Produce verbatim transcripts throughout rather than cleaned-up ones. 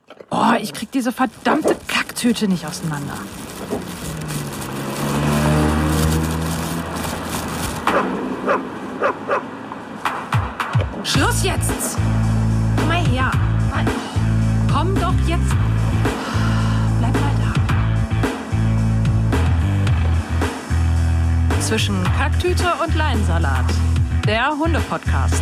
Oh, ich krieg diese verdammte Kacktüte nicht auseinander. Schluss jetzt! Komm mal her. Komm doch jetzt. Bleib mal da. Zwischen Kacktüte und Leinsalat. Der Hunde-Podcast.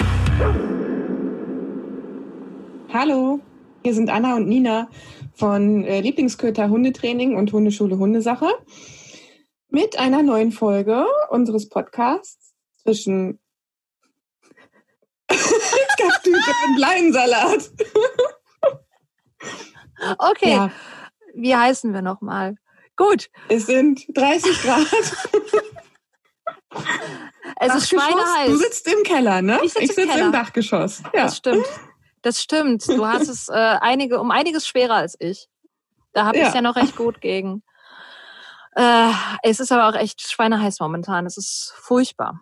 Hallo, hier sind Anna und Nina von äh, Lieblingsköter Hundetraining und Hundeschule Hundesache mit einer neuen Folge unseres Podcasts zwischen Kacktüte und Leinsalat. Okay, ja. Wie heißen wir nochmal? Gut. Es sind dreißig Grad. Es ist schweineheiß. Du sitzt im Keller, ne? Ich sitze ich im, sitze Keller. im Dachgeschoss. Ja. Das stimmt. Das stimmt. Du hast es äh, einige, um einiges schwerer als ich. Da habe ich es ja. ja noch recht gut gegen. Äh, es ist aber auch echt schweineheiß momentan. Es ist furchtbar.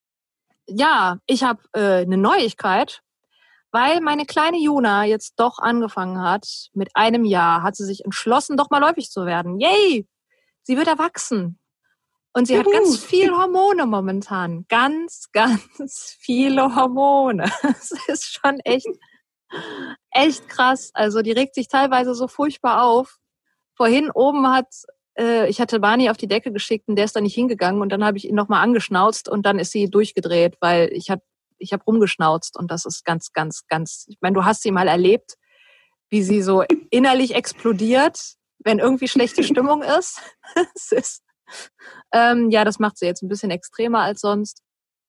Ja, ich habe äh, eine Neuigkeit, weil meine kleine Juna jetzt doch angefangen hat. Mit einem Jahr hat sie sich entschlossen, doch mal läufig zu werden. Yay! Sie wird erwachsen. Und sie Juhu. hat ganz viel Hormone momentan. Ganz, ganz viele Hormone. Das ist schon echt, echt krass. Also die regt sich teilweise so furchtbar auf. Vorhin oben hat, äh, ich hatte Barney auf die Decke geschickt und der ist da nicht hingegangen. Und dann habe ich ihn nochmal angeschnauzt und dann ist sie durchgedreht, weil ich habe ich hab rumgeschnauzt. Und das ist ganz, ganz, ganz, ich meine, du hast sie mal erlebt, wie sie so innerlich explodiert, wenn irgendwie schlechte Stimmung ist. Es ist Ähm, ja, das macht sie jetzt ein bisschen extremer als sonst.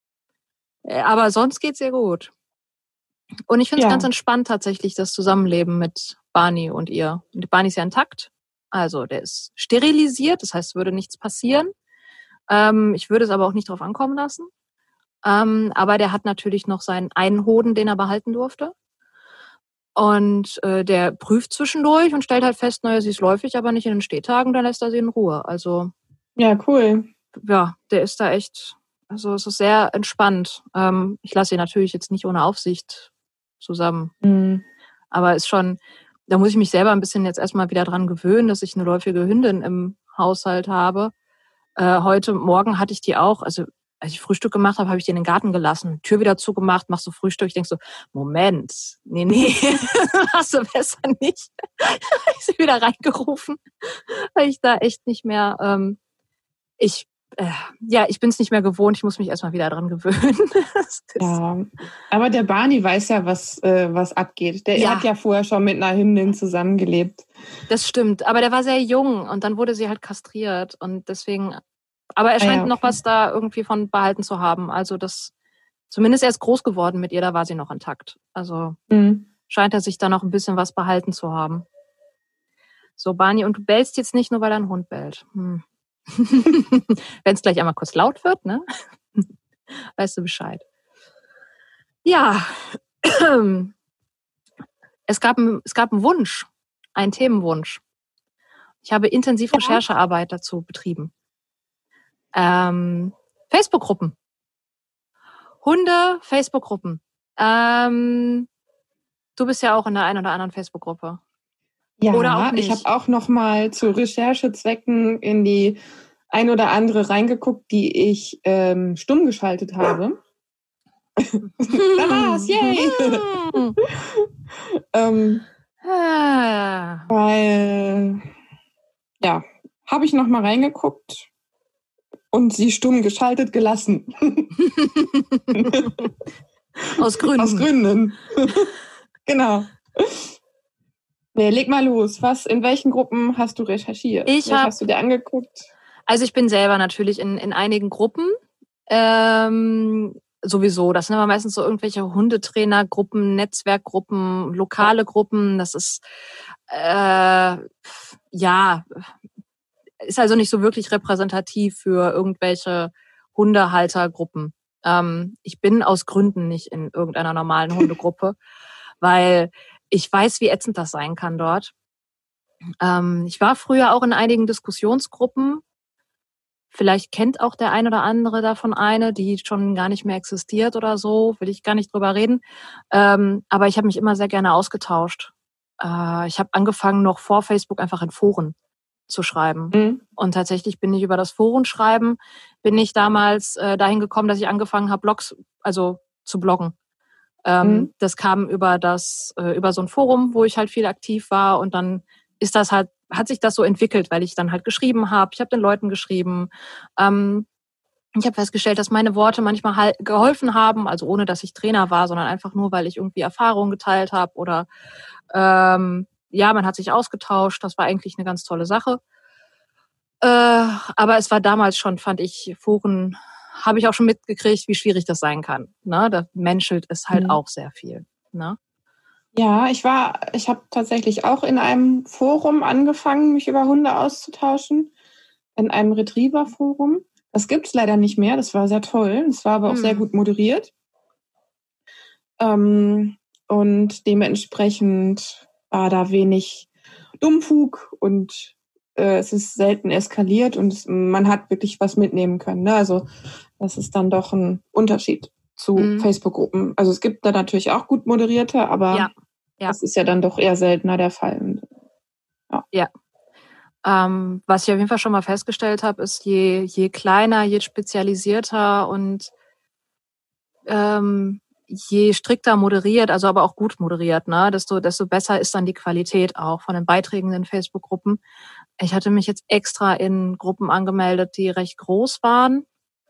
Aber sonst geht's ihr gut. Und ich finde es ja. ganz entspannt tatsächlich, das Zusammenleben mit Barney und ihr. Und Barney ist ja intakt. Also der ist sterilisiert, das heißt, es würde nichts passieren. Ähm, ich würde es aber auch nicht drauf ankommen lassen. Ähm, aber der hat natürlich noch seinen einen Hoden, den er behalten durfte. Und äh, der prüft zwischendurch und stellt halt fest, naja, sie ist läufig, aber nicht in den Stehtagen, dann lässt er sie in Ruhe. Also ja, cool. Ja, der ist da echt, also es ist sehr entspannt. Ähm, ich lasse ihn natürlich jetzt nicht ohne Aufsicht zusammen. Mhm. Aber ist schon, da muss ich mich selber ein bisschen jetzt erstmal wieder dran gewöhnen, dass ich eine läufige Hündin im Haushalt habe. Äh, heute Morgen hatte ich die auch, also als ich Frühstück gemacht habe, habe ich die in den Garten gelassen, Tür wieder zugemacht, machst du Frühstück. Ich denk so, Moment, nee, nee, machst du besser nicht. Habe ich sie wieder reingerufen, weil ich da echt nicht mehr... Ähm, Ich, äh, ja, ich bin es nicht mehr gewohnt. Ich muss mich erstmal wieder dran gewöhnen. Ja, aber der Barney weiß ja, was, äh, was abgeht. Der ja. hat ja vorher schon mit einer Hündin zusammengelebt. Das stimmt, aber der war sehr jung und dann wurde sie halt kastriert und deswegen, aber er scheint ah, ja, okay. noch was da irgendwie von behalten zu haben. Also das, zumindest er ist groß geworden mit ihr, da war sie noch intakt. Also mhm. scheint er sich da noch ein bisschen was behalten zu haben. So, Barney, und du bellst jetzt nicht nur, weil ein Hund bellt. Hm. Wenn es gleich einmal kurz laut wird, ne? Weißt du Bescheid. Ja, es gab, es gab einen Wunsch, einen Themenwunsch. Ich habe intensiv Recherchearbeit dazu betrieben. Ähm, Facebook-Gruppen. Hunde-Facebook-Gruppen. Ähm, du bist ja auch in der einen oder anderen Facebook-Gruppe. Ja, oder auch nicht. Ich habe auch noch mal zu Recherchezwecken in die ein oder andere reingeguckt, die ich ähm, stumm geschaltet habe. Da war's, yay! ähm, ah. Weil, ja, habe ich noch mal reingeguckt und sie stumm geschaltet gelassen. Aus Gründen. Aus Gründen. Genau. Nee, leg mal los. Was, in welchen Gruppen hast du recherchiert? Ich Welche hab, hast du dir angeguckt? Also ich bin selber natürlich in, in einigen Gruppen. Ähm, sowieso. Das sind aber meistens so irgendwelche Hundetrainergruppen, Netzwerkgruppen, lokale Gruppen. Das ist, äh, ja, ist also nicht so wirklich repräsentativ für irgendwelche Hundehaltergruppen. Ähm, ich bin aus Gründen nicht in irgendeiner normalen Hundegruppe, weil ich weiß, wie ätzend das sein kann dort. Ähm, ich war früher auch in einigen Diskussionsgruppen. Vielleicht kennt auch der ein oder andere davon eine, die schon gar nicht mehr existiert oder so. Will ich gar nicht drüber reden. Ähm, aber ich habe mich immer sehr gerne ausgetauscht. äh, ich habe angefangen, noch vor Facebook einfach in Foren zu schreiben. Mhm. Und tatsächlich bin ich über das Forenschreiben, bin ich damals äh, dahin gekommen, dass ich angefangen habe, Blogs, also zu bloggen. Ähm, mhm. Das kam über das, äh, über so ein Forum, wo ich halt viel aktiv war, und dann ist das halt, hat sich das so entwickelt, weil ich dann halt geschrieben habe. Ich habe den Leuten geschrieben. Ähm, ich habe festgestellt, dass meine Worte manchmal halt geholfen haben, also ohne, dass ich Trainer war, sondern einfach nur, weil ich irgendwie Erfahrungen geteilt habe oder ähm, ja, man hat sich ausgetauscht. Das war eigentlich eine ganz tolle Sache. Äh, aber es war damals schon, fand ich, Foren, habe ich auch schon mitgekriegt, wie schwierig das sein kann. Ne? Da menschelt es halt mhm. auch sehr viel. Ne? Ja, ich war, ich habe tatsächlich auch in einem Forum angefangen, mich über Hunde auszutauschen. In einem Retriever-Forum. Das gibt es leider nicht mehr. Das war sehr toll. Das war aber auch mhm. sehr gut moderiert. Ähm, und dementsprechend war da wenig Dummfug und äh, es ist selten eskaliert und es, man hat wirklich was mitnehmen können. Ne? Also das ist dann doch ein Unterschied zu mhm. Facebook-Gruppen. Also es gibt da natürlich auch gut moderierte, aber ja. Ja. das ist ja dann doch eher seltener der Fall. Ja. ja. Ähm, was ich auf jeden Fall schon mal festgestellt habe, ist, je, je kleiner, je spezialisierter und ähm, je strikter moderiert, also aber auch gut moderiert, ne, desto, desto besser ist dann die Qualität auch von den Beiträgen in Facebook-Gruppen. Ich hatte mich jetzt extra in Gruppen angemeldet, die recht groß waren,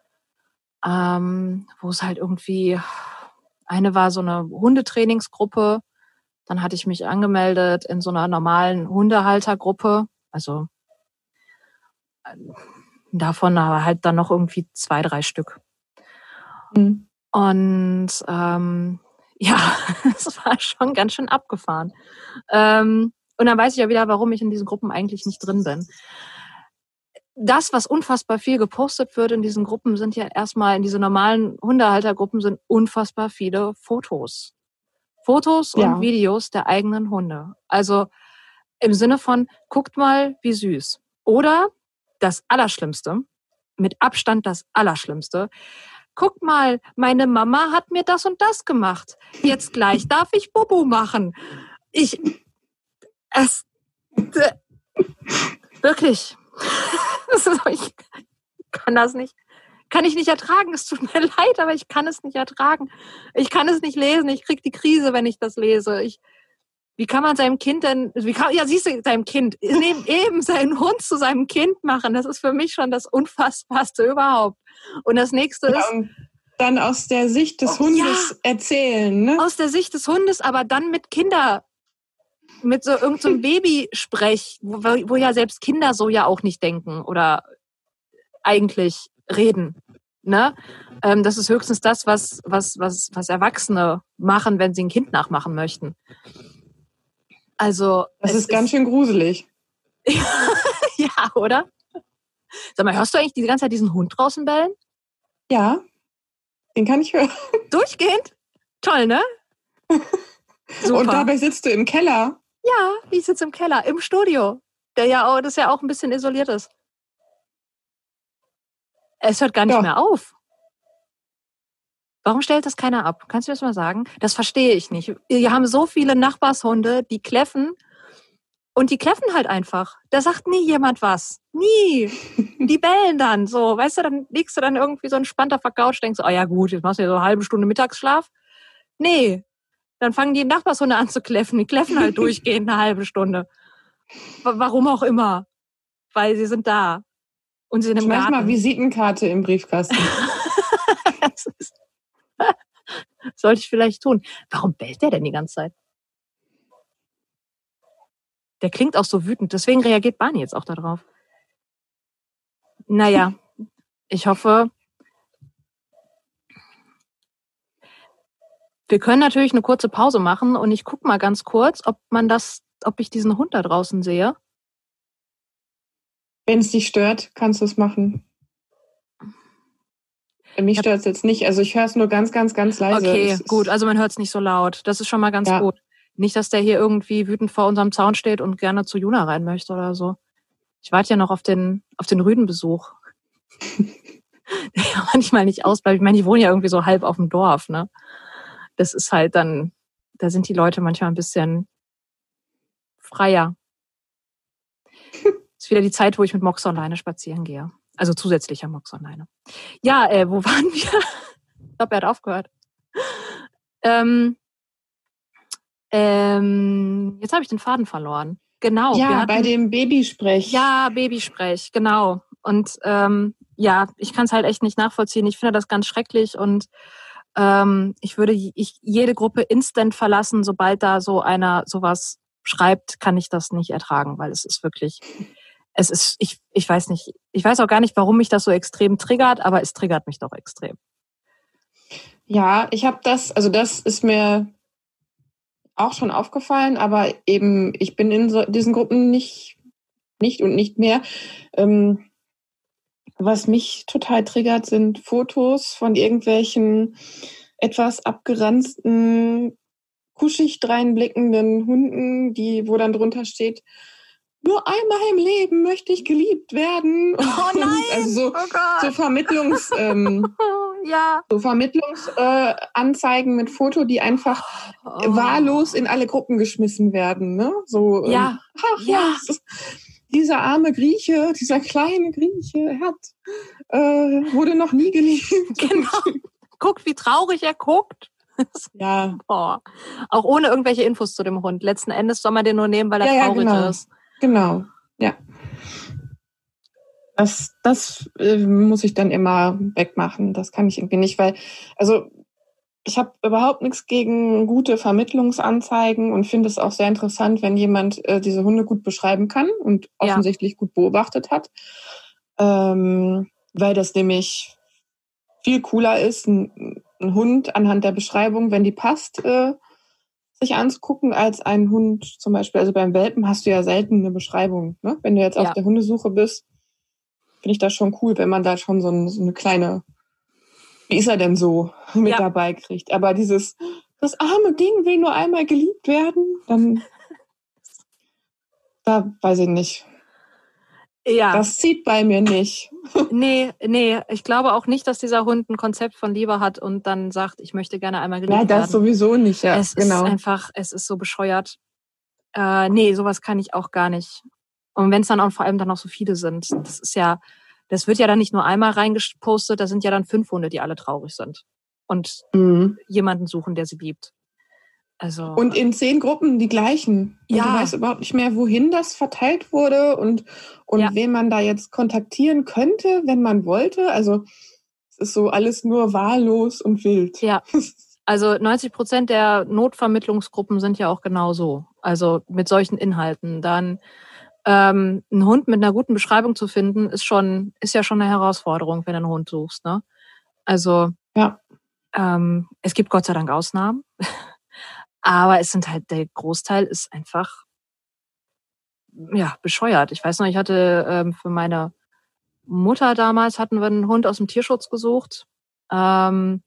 ähm, wo es halt irgendwie, eine war so eine Hundetrainingsgruppe, dann hatte ich mich angemeldet in so einer normalen Hundehaltergruppe, also davon aber halt dann noch irgendwie zwei, drei Stück. Mhm. Und ähm, ja, es war schon ganz schön abgefahren. Ähm, und dann weiß ich ja wieder, warum ich in diesen Gruppen eigentlich nicht drin bin. Das, was unfassbar viel gepostet wird in diesen Gruppen, sind ja erstmal, in diese normalen Hundehaltergruppen sind unfassbar viele Fotos. Fotos ja. und Videos der eigenen Hunde. Also im Sinne von, guckt mal, wie süß. Oder das Allerschlimmste, mit Abstand das Allerschlimmste, guck mal, meine Mama hat mir das und das gemacht. Jetzt gleich darf ich Bubu machen. Ich, es, äh, wirklich, ich kann das nicht, kann ich nicht ertragen. Es tut mir leid, aber ich kann es nicht ertragen. Ich kann es nicht lesen. Ich krieg die Krise, wenn ich das lese. Ich, wie kann man seinem Kind denn, wie kann, ja, siehst du, seinem Kind, eben seinen Hund zu seinem Kind machen, das ist für mich schon das Unfassbarste überhaupt. Und das nächste ja, ist, dann aus der Sicht des oh, Hundes ja, erzählen, ne? Aus der Sicht des Hundes, aber dann mit Kinder, mit so irgendeinem so Babysprech, wo, wo ja selbst Kinder so ja auch nicht denken oder eigentlich reden, ne? Ähm, das ist höchstens das, was, was, was, was Erwachsene machen, wenn sie ein Kind nachmachen möchten. Also. Das ist ganz ist, schön gruselig. Ja, oder? Sag mal, hörst du eigentlich die ganze Zeit diesen Hund draußen bellen? Ja, den kann ich hören. Durchgehend? Toll, ne? Super. Und dabei sitzt du im Keller? Ja, ich sitze im Keller, im Studio, der ja auch, das ja auch ein bisschen isoliert ist. Es hört gar nicht ja. mehr auf. Warum stellt das keiner ab? Kannst du das mal sagen? Das verstehe ich nicht. Wir haben so viele Nachbarshunde, die kläffen und die kläffen halt einfach. Da sagt nie jemand was. Nie. Die bellen dann so. Weißt du, dann liegst du dann irgendwie so entspannt auf der Couch, denkst du, oh ja gut, jetzt machst du ja so eine halbe Stunde Mittagsschlaf. Nee. Dann fangen die Nachbarshunde an zu kläffen. Die kläffen halt durchgehend eine halbe Stunde. Warum auch immer. Weil sie sind da. Und sie sind im Schmeiß Garten. Mal Visitenkarte im Briefkasten. Das ist, sollte ich vielleicht tun. Warum bellt der denn die ganze Zeit? Der klingt auch so wütend. Deswegen reagiert Barney jetzt auch darauf. Naja, ich hoffe, wir können natürlich eine kurze Pause machen und ich gucke mal ganz kurz, ob man das, ob ich diesen Hund da draußen sehe. Wenn es dich stört, kannst du es machen. Mich stört es jetzt nicht. Also ich höre es nur ganz, ganz, ganz leise. Okay, es gut. Also man hört es nicht so laut. Das ist schon mal ganz ja. gut. Nicht, dass der hier irgendwie wütend vor unserem Zaun steht und gerne zu Juna rein möchte oder so. Ich warte ja noch auf den, auf den Rüdenbesuch. Der ja manchmal nicht ausbleibt. Ich meine, die wohnen ja irgendwie so halb auf dem Dorf, ne? Das ist halt dann, da sind die Leute manchmal ein bisschen, freier. Ist wieder die Zeit, wo ich mit Mox alleine spazieren gehe. Also zusätzlicher Mox alleine. Ja, äh, wo waren wir? Ich glaube, er hat aufgehört. Ähm, ähm, jetzt habe ich den Faden verloren. Genau. Ja, wir hatten, bei dem Babysprech. Ja, Babysprech, genau. Und ähm, ja, ich kann es halt echt nicht nachvollziehen. Ich finde das ganz schrecklich und ähm, ich würde ich, jede Gruppe instant verlassen, sobald da so einer sowas schreibt, kann ich das nicht ertragen, weil es ist wirklich, es ist, ich, ich weiß nicht, ich weiß auch gar nicht, warum mich das so extrem triggert, aber es triggert mich doch extrem. Ja, ich habe das, also das ist mir auch schon aufgefallen, aber eben, ich bin in so, diesen Gruppen nicht, nicht und nicht mehr. Ähm, was mich total triggert, sind Fotos von irgendwelchen etwas abgeranzten, kuschig dreinblickenden Hunden, die, wo dann drunter steht, nur einmal im Leben möchte ich geliebt werden. Oh nein! Also so, oh Gott. so Vermittlungs, ähm, ja. so Vermittlungsanzeigen äh, mit Foto, die einfach oh. wahllos in alle Gruppen geschmissen werden. Ne? So, ja. Ähm, ach ja, ja. Ist, dieser arme Grieche, dieser kleine Grieche hat äh, wurde noch nie geliebt. Genau. Guckt, wie traurig er guckt. Ja. Boah. Auch ohne irgendwelche Infos zu dem Hund. Letzten Endes soll man den nur nehmen, weil er ja, traurig ja, genau. ist. Genau, ja. Das, das äh, muss ich dann immer wegmachen. Das kann ich irgendwie nicht, weil, also ich habe überhaupt nichts gegen gute Vermittlungsanzeigen und finde es auch sehr interessant, wenn jemand äh, diese Hunde gut beschreiben kann und offensichtlich ja. gut beobachtet hat. Ähm, weil das nämlich viel cooler ist, ein, ein Hund anhand der Beschreibung, wenn die passt, äh, sich anzugucken, als ein Hund zum Beispiel. Also beim Welpen hast du ja selten eine Beschreibung. Ne? Wenn du jetzt ja. auf der Hundesuche bist, finde ich das schon cool, wenn man da schon so, ein, so eine kleine, wie ist er denn so, mit ja. dabei kriegt. Aber dieses, das arme Ding will nur einmal geliebt werden, dann, da weiß ich nicht. Ja. Das zieht bei mir nicht. Nee, nee, ich glaube auch nicht, dass dieser Hund ein Konzept von Liebe hat und dann sagt, ich möchte gerne einmal geliebt werden. Nein, das werden. sowieso nicht, ja. Es genau. ist einfach, es ist so bescheuert. Äh, nee, sowas kann ich auch gar nicht. Und wenn es dann auch vor allem dann noch so viele sind, das ist ja, das wird ja dann nicht nur einmal reingepostet, da sind ja dann fünf Hunde, die alle traurig sind und mhm. jemanden suchen, der sie liebt. Also, und in zehn Gruppen die gleichen. Und ja. du weißt überhaupt nicht mehr, wohin das verteilt wurde und, und ja. wen man da jetzt kontaktieren könnte, wenn man wollte. Also es ist so alles nur wahllos und wild. Ja, also neunzig Prozent der Notvermittlungsgruppen sind ja auch genau so. Also mit solchen Inhalten. Dann ähm, einen Hund mit einer guten Beschreibung zu finden, ist schon, ist ja schon eine Herausforderung, wenn du einen Hund suchst. Ne? Also ja. ähm, es gibt Gott sei Dank Ausnahmen. Aber es sind halt, der Großteil ist einfach, ja, bescheuert. Ich weiß noch, ich hatte ähm, für meine Mutter damals, hatten wir einen Hund aus dem Tierschutz gesucht. Ähm,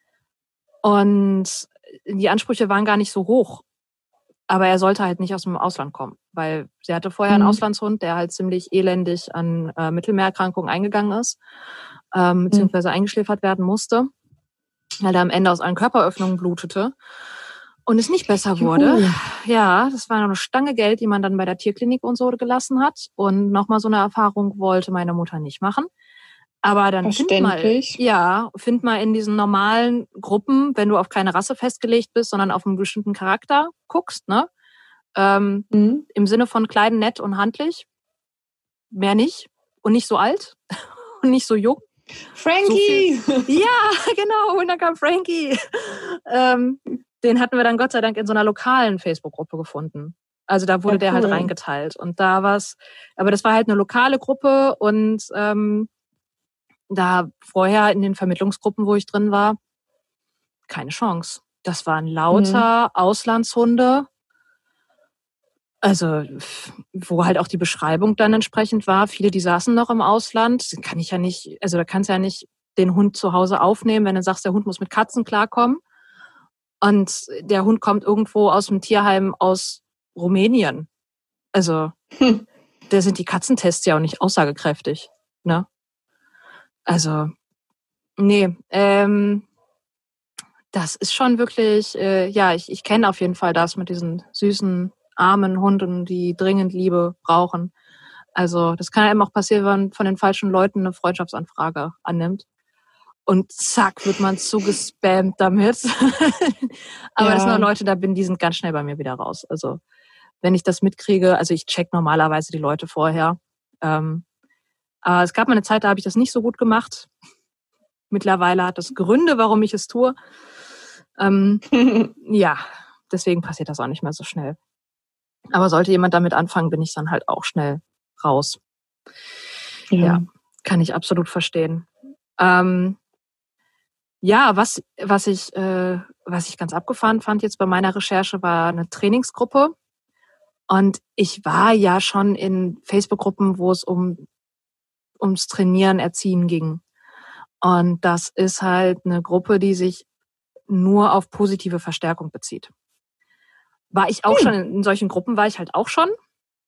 und die Ansprüche waren gar nicht so hoch. Aber er sollte halt nicht aus dem Ausland kommen. Weil sie hatte vorher einen mhm. Auslandshund, der halt ziemlich elendig an äh, Mittelmeererkrankungen eingegangen ist. Ähm, beziehungsweise mhm. eingeschläfert werden musste. Weil er am Ende aus allen Körperöffnungen blutete. Und es nicht besser wurde. Juhu. Ja, das war eine Stange Geld, die man dann bei der Tierklinik und so gelassen hat. Und nochmal so eine Erfahrung wollte meine Mutter nicht machen. Aber dann find mal, ja, find mal in diesen normalen Gruppen, wenn du auf keine Rasse festgelegt bist, sondern auf einen bestimmten Charakter guckst, ne? Ähm, mhm. Im Sinne von klein, nett und handlich. Mehr nicht. Und nicht so alt. Und nicht so jung. Frankie! So ja, genau. Und dann kam Frankie. ähm, Den hatten wir dann Gott sei Dank in so einer lokalen Facebook-Gruppe gefunden. Also da wurde ja, der cool. halt reingeteilt. Und da war's, aber das war halt eine lokale Gruppe und ähm, da vorher in den Vermittlungsgruppen, wo ich drin war, keine Chance. Das waren lauter mhm. Auslandshunde. Also wo halt auch die Beschreibung dann entsprechend war. Viele, die saßen noch im Ausland. Das kann ich ja nicht, also da kannst du ja nicht den Hund zu Hause aufnehmen, wenn du sagst, der Hund muss mit Katzen klarkommen. Und der Hund kommt irgendwo aus dem Tierheim aus Rumänien. Also, hm. da sind die Katzentests ja auch nicht aussagekräftig, ne? Also, nee, ähm, das ist schon wirklich, äh, ja, ich, ich kenne auf jeden Fall das mit diesen süßen armen Hunden, die dringend Liebe brauchen. Also das kann ja eben auch passieren, wenn man von den falschen Leuten eine Freundschaftsanfrage annimmt. Und zack, wird man zugespammt damit. Aber ja. Das sind auch Leute, da bin, die sind ganz schnell bei mir wieder raus. Also wenn ich das mitkriege, also ich check normalerweise die Leute vorher. Ähm, aber es gab mal eine Zeit, da habe ich das nicht so gut gemacht. Mittlerweile hat das Gründe, warum ich es tue. Ähm, ja, deswegen passiert das auch nicht mehr so schnell. Aber sollte jemand damit anfangen, bin ich dann halt auch schnell raus. Ja, ja kann ich absolut verstehen. Ähm, ja, was was ich äh, was ich ganz abgefahren fand jetzt bei meiner Recherche war eine Trainingsgruppe. Und ich war ja schon in Facebook-Gruppen, wo es um ums Trainieren, Erziehen ging. Und das ist halt eine Gruppe, die sich nur auf positive Verstärkung bezieht. War ich auch hm. schon, in solchen Gruppen war ich halt auch schon.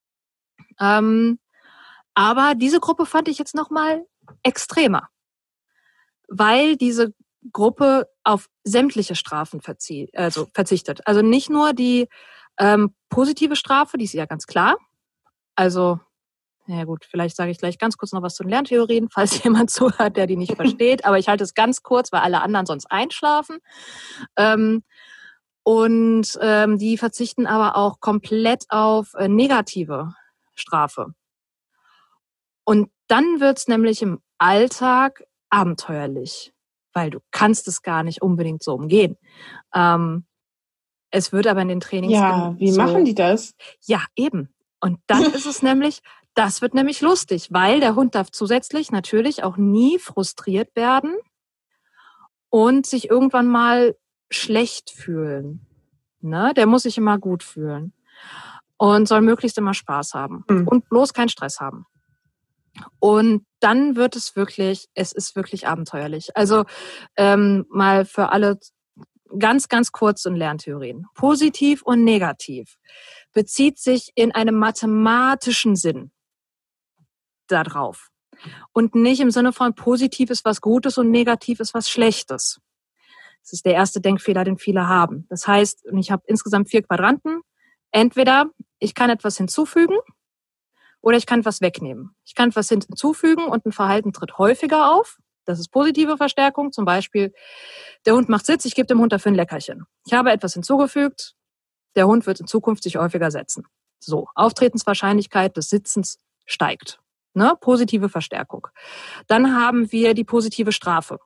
Ähm, aber diese Gruppe fand ich jetzt nochmal extremer. Weil diese Gruppe auf sämtliche Strafen verzie- also verzichtet. Also nicht nur die ähm, positive Strafe, die ist ja ganz klar. Also, ja gut, vielleicht sage ich gleich ganz kurz noch was zu den Lerntheorien, falls jemand zuhört, der die nicht versteht. Aber ich halte es ganz kurz, weil alle anderen sonst einschlafen. Ähm, und ähm, die verzichten aber auch komplett auf äh, negative Strafe. Und dann wird's nämlich im Alltag abenteuerlich, weil du kannst es gar nicht unbedingt so umgehen. Ähm, es wird aber in den Trainings... Ja, wie so, machen die das? Ja, eben. Und dann ist es nämlich, das wird nämlich lustig, weil der Hund darf zusätzlich natürlich auch nie frustriert werden und sich irgendwann mal schlecht fühlen. Ne? Der muss sich immer gut fühlen und soll möglichst immer Spaß haben mhm. und bloß keinen Stress haben. Und dann wird es wirklich, es ist wirklich abenteuerlich. Also ähm, mal für alle ganz, ganz kurz in Lerntheorien. Positiv und negativ bezieht sich in einem mathematischen Sinn darauf. Und nicht im Sinne von positiv ist was Gutes und negativ ist was Schlechtes. Das ist der erste Denkfehler, den viele haben. Das heißt, ich habe insgesamt vier Quadranten. Entweder ich kann etwas hinzufügen oder ich kann etwas wegnehmen. Ich kann etwas hinzufügen und ein Verhalten tritt häufiger auf. Das ist positive Verstärkung. Zum Beispiel, der Hund macht Sitz, ich gebe dem Hund dafür ein Leckerchen. Ich habe etwas hinzugefügt, der Hund wird in Zukunft sich häufiger setzen. So, Auftretenswahrscheinlichkeit des Sitzens steigt. Ne? Positive Verstärkung. Dann haben wir die positive Strafe.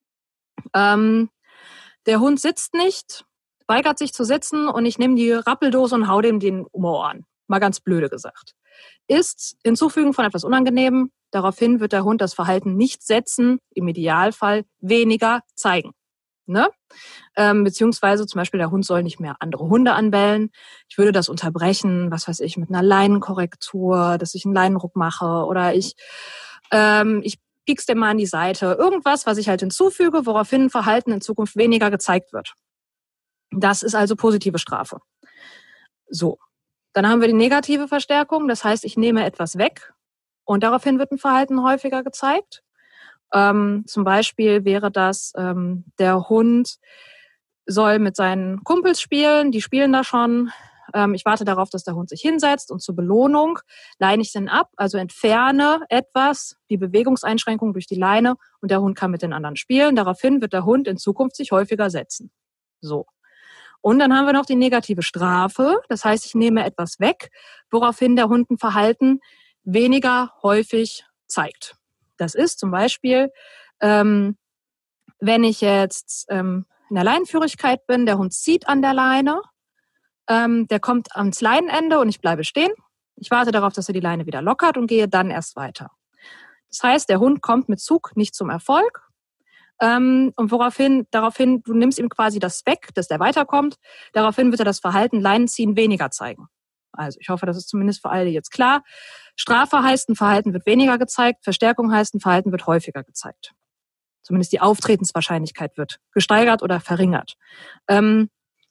Ähm, der Hund sitzt nicht, weigert sich zu sitzen und ich nehme die Rappeldose und hau dem den um die Ohren. Mal ganz blöde gesagt. Ist Hinzufügen von etwas Unangenehmem, daraufhin wird der Hund das Verhalten nicht setzen, im Idealfall weniger zeigen. Ne? Ähm, beziehungsweise zum Beispiel der Hund soll nicht mehr andere Hunde anbellen. Ich würde das unterbrechen, was weiß ich, mit einer Leinenkorrektur, dass ich einen Leinenruck mache oder ich, ähm, ich piek's dem mal an die Seite. Irgendwas, was ich halt hinzufüge, woraufhin ein Verhalten in Zukunft weniger gezeigt wird. Das ist also positive Strafe. So. Dann haben wir die negative Verstärkung. Das heißt, ich nehme etwas weg und daraufhin wird ein Verhalten häufiger gezeigt. Ähm, zum Beispiel wäre das, ähm, der Hund soll mit seinen Kumpels spielen, die spielen da schon. Ähm, ich warte darauf, dass der Hund sich hinsetzt und zur Belohnung leine ich den ab, also entferne etwas, die Bewegungseinschränkung durch die Leine und der Hund kann mit den anderen spielen. Daraufhin wird der Hund in Zukunft sich häufiger setzen. So. Und dann haben wir noch die negative Strafe. Das heißt, ich nehme etwas weg, woraufhin der Hund ein Verhalten weniger häufig zeigt. Das ist zum Beispiel, ähm, wenn ich jetzt ähm, in der Leinenführigkeit bin, der Hund zieht an der Leine, ähm, der kommt ans Leinenende und ich bleibe stehen. Ich warte darauf, dass er die Leine wieder lockert und gehe dann erst weiter. Das heißt, der Hund kommt mit Zug nicht zum Erfolg. Ähm, und woraufhin, daraufhin, du nimmst ihm quasi das weg, dass der weiterkommt. Daraufhin wird er das Verhalten Leinenziehen weniger zeigen. Also ich hoffe, das ist zumindest für alle jetzt klar. Strafe heißt, ein Verhalten wird weniger gezeigt. Verstärkung heißt, ein Verhalten wird häufiger gezeigt. Zumindest die Auftretenswahrscheinlichkeit wird gesteigert oder verringert. Ähm,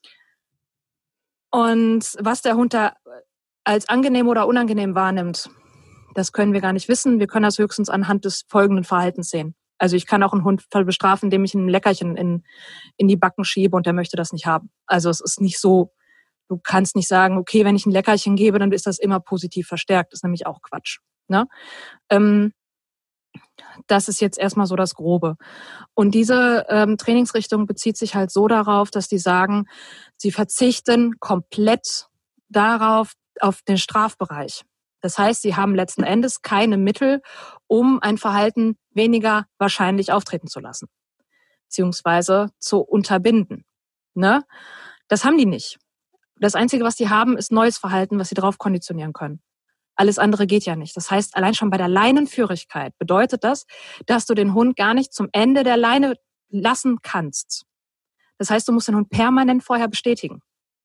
und was der Hund da als angenehm oder unangenehm wahrnimmt, das können wir gar nicht wissen. Wir können das höchstens anhand des folgenden Verhaltens sehen. Also ich kann auch einen Hund bestrafen, indem ich ein Leckerchen in, in die Backen schiebe und der möchte das nicht haben. Also es ist nicht so, Du kannst nicht sagen, okay, wenn ich ein Leckerchen gebe, dann ist das immer positiv verstärkt. Das ist nämlich auch Quatsch. Ne? Ähm, das ist jetzt erstmal so das Grobe. Und diese ähm, Trainingsrichtung bezieht sich halt so darauf, dass die sagen, sie verzichten komplett darauf, auf den Strafbereich. Das heißt, sie haben letzten Endes keine Mittel, um ein Verhalten weniger wahrscheinlich auftreten zu lassen, beziehungsweise zu unterbinden. Ne? Das haben die nicht. Das Einzige, was die haben, ist neues Verhalten, was sie darauf konditionieren können. Alles andere geht ja nicht. Das heißt, allein schon bei der Leinenführigkeit bedeutet das, dass du den Hund gar nicht zum Ende der Leine lassen kannst. Das heißt, du musst den Hund permanent vorher bestätigen.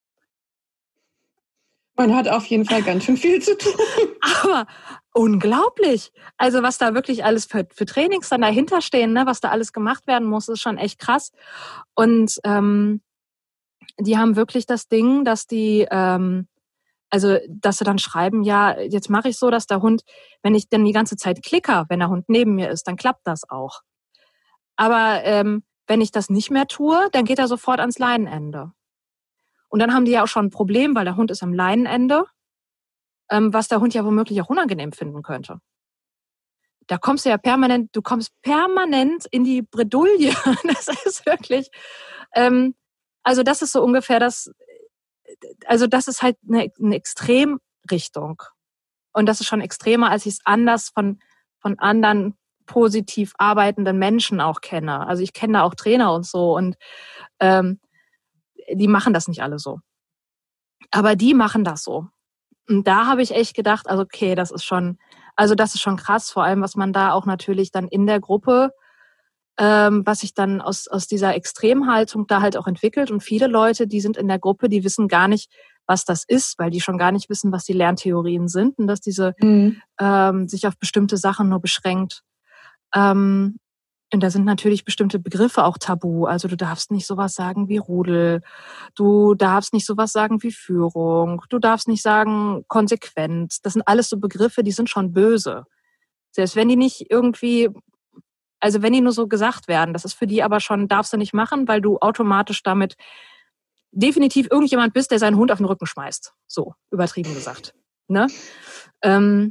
Man hat auf jeden Fall ganz schön viel zu tun. Aber unglaublich. Also was da wirklich alles für, für Trainings dann dahinter stehen, ne, was da alles gemacht werden muss, ist schon echt krass. Und ähm, die haben wirklich das Ding, dass die... Ähm, Also, dass sie dann schreiben, ja, jetzt mache ich so, dass der Hund, wenn ich dann die ganze Zeit klicker, wenn der Hund neben mir ist, dann klappt das auch. Aber ähm, wenn ich das nicht mehr tue, dann geht er sofort ans Leinenende. Und dann haben die ja auch schon ein Problem, weil der Hund ist am Leinenende, ähm, was der Hund ja womöglich auch unangenehm finden könnte. Da kommst du ja permanent, du kommst permanent in die Bredouille. Das ist wirklich, ähm, also das ist so ungefähr das, also das ist halt eine, eine Extremrichtung. Und das ist schon extremer, als ich es anders von, von anderen positiv arbeitenden Menschen auch kenne. Also ich kenne da auch Trainer und so und ähm, die machen das nicht alle so. Aber die machen das so. Und da habe ich echt gedacht, also okay, das ist schon, also das ist schon krass, vor allem, was man da auch natürlich dann in der Gruppe, ähm, was sich dann aus, aus dieser Extremhaltung da halt auch entwickelt. Und viele Leute, die sind in der Gruppe, die wissen gar nicht, was das ist, weil die schon gar nicht wissen, was die Lerntheorien sind und dass diese mhm. ähm, sich auf bestimmte Sachen nur beschränkt. Ähm, und da sind natürlich bestimmte Begriffe auch tabu. Also du darfst nicht sowas sagen wie Rudel, du darfst nicht sowas sagen wie Führung, du darfst nicht sagen konsequent. Das sind alles so Begriffe, die sind schon böse. Selbst wenn die nicht irgendwie, also wenn die nur so gesagt werden, das ist für die aber schon, darfst du nicht machen, weil du automatisch damit definitiv irgendjemand bist, der seinen Hund auf den Rücken schmeißt. So, übertrieben gesagt. Ne? Ähm,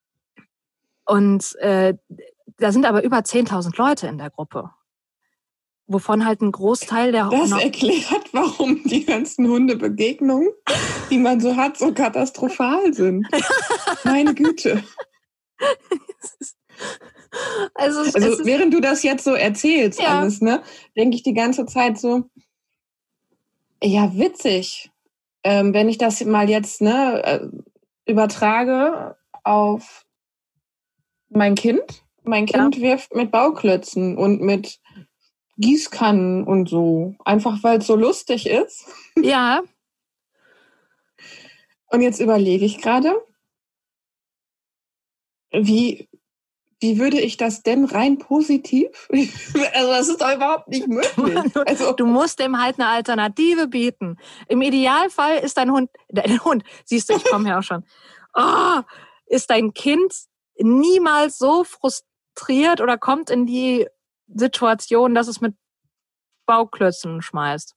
und äh, da sind aber über zehntausend Leute in der Gruppe, wovon halt ein Großteil der... Das erklärt, warum die ganzen Hundebegegnungen, die man so hat, so katastrophal sind. Meine Güte. Also, also während du das jetzt so erzählst, ja. alles, ne, denke ich die ganze Zeit so, ja, witzig, ähm, wenn ich das mal jetzt ne, übertrage auf mein Kind. Mein Kind ja. wirft mit Bauklötzen und mit Gießkannen und so. Einfach, weil es so lustig ist. Ja. Und jetzt überlege ich gerade, wie, wie würde ich das denn rein positiv? Also das ist doch überhaupt nicht möglich. Also, du musst dem halt eine Alternative bieten. Im Idealfall ist dein Hund, dein Hund, siehst du, ich komme ja auch schon, oh, ist dein Kind niemals so frustriert oder kommt in die Situation, dass es mit Bauklötzen schmeißt.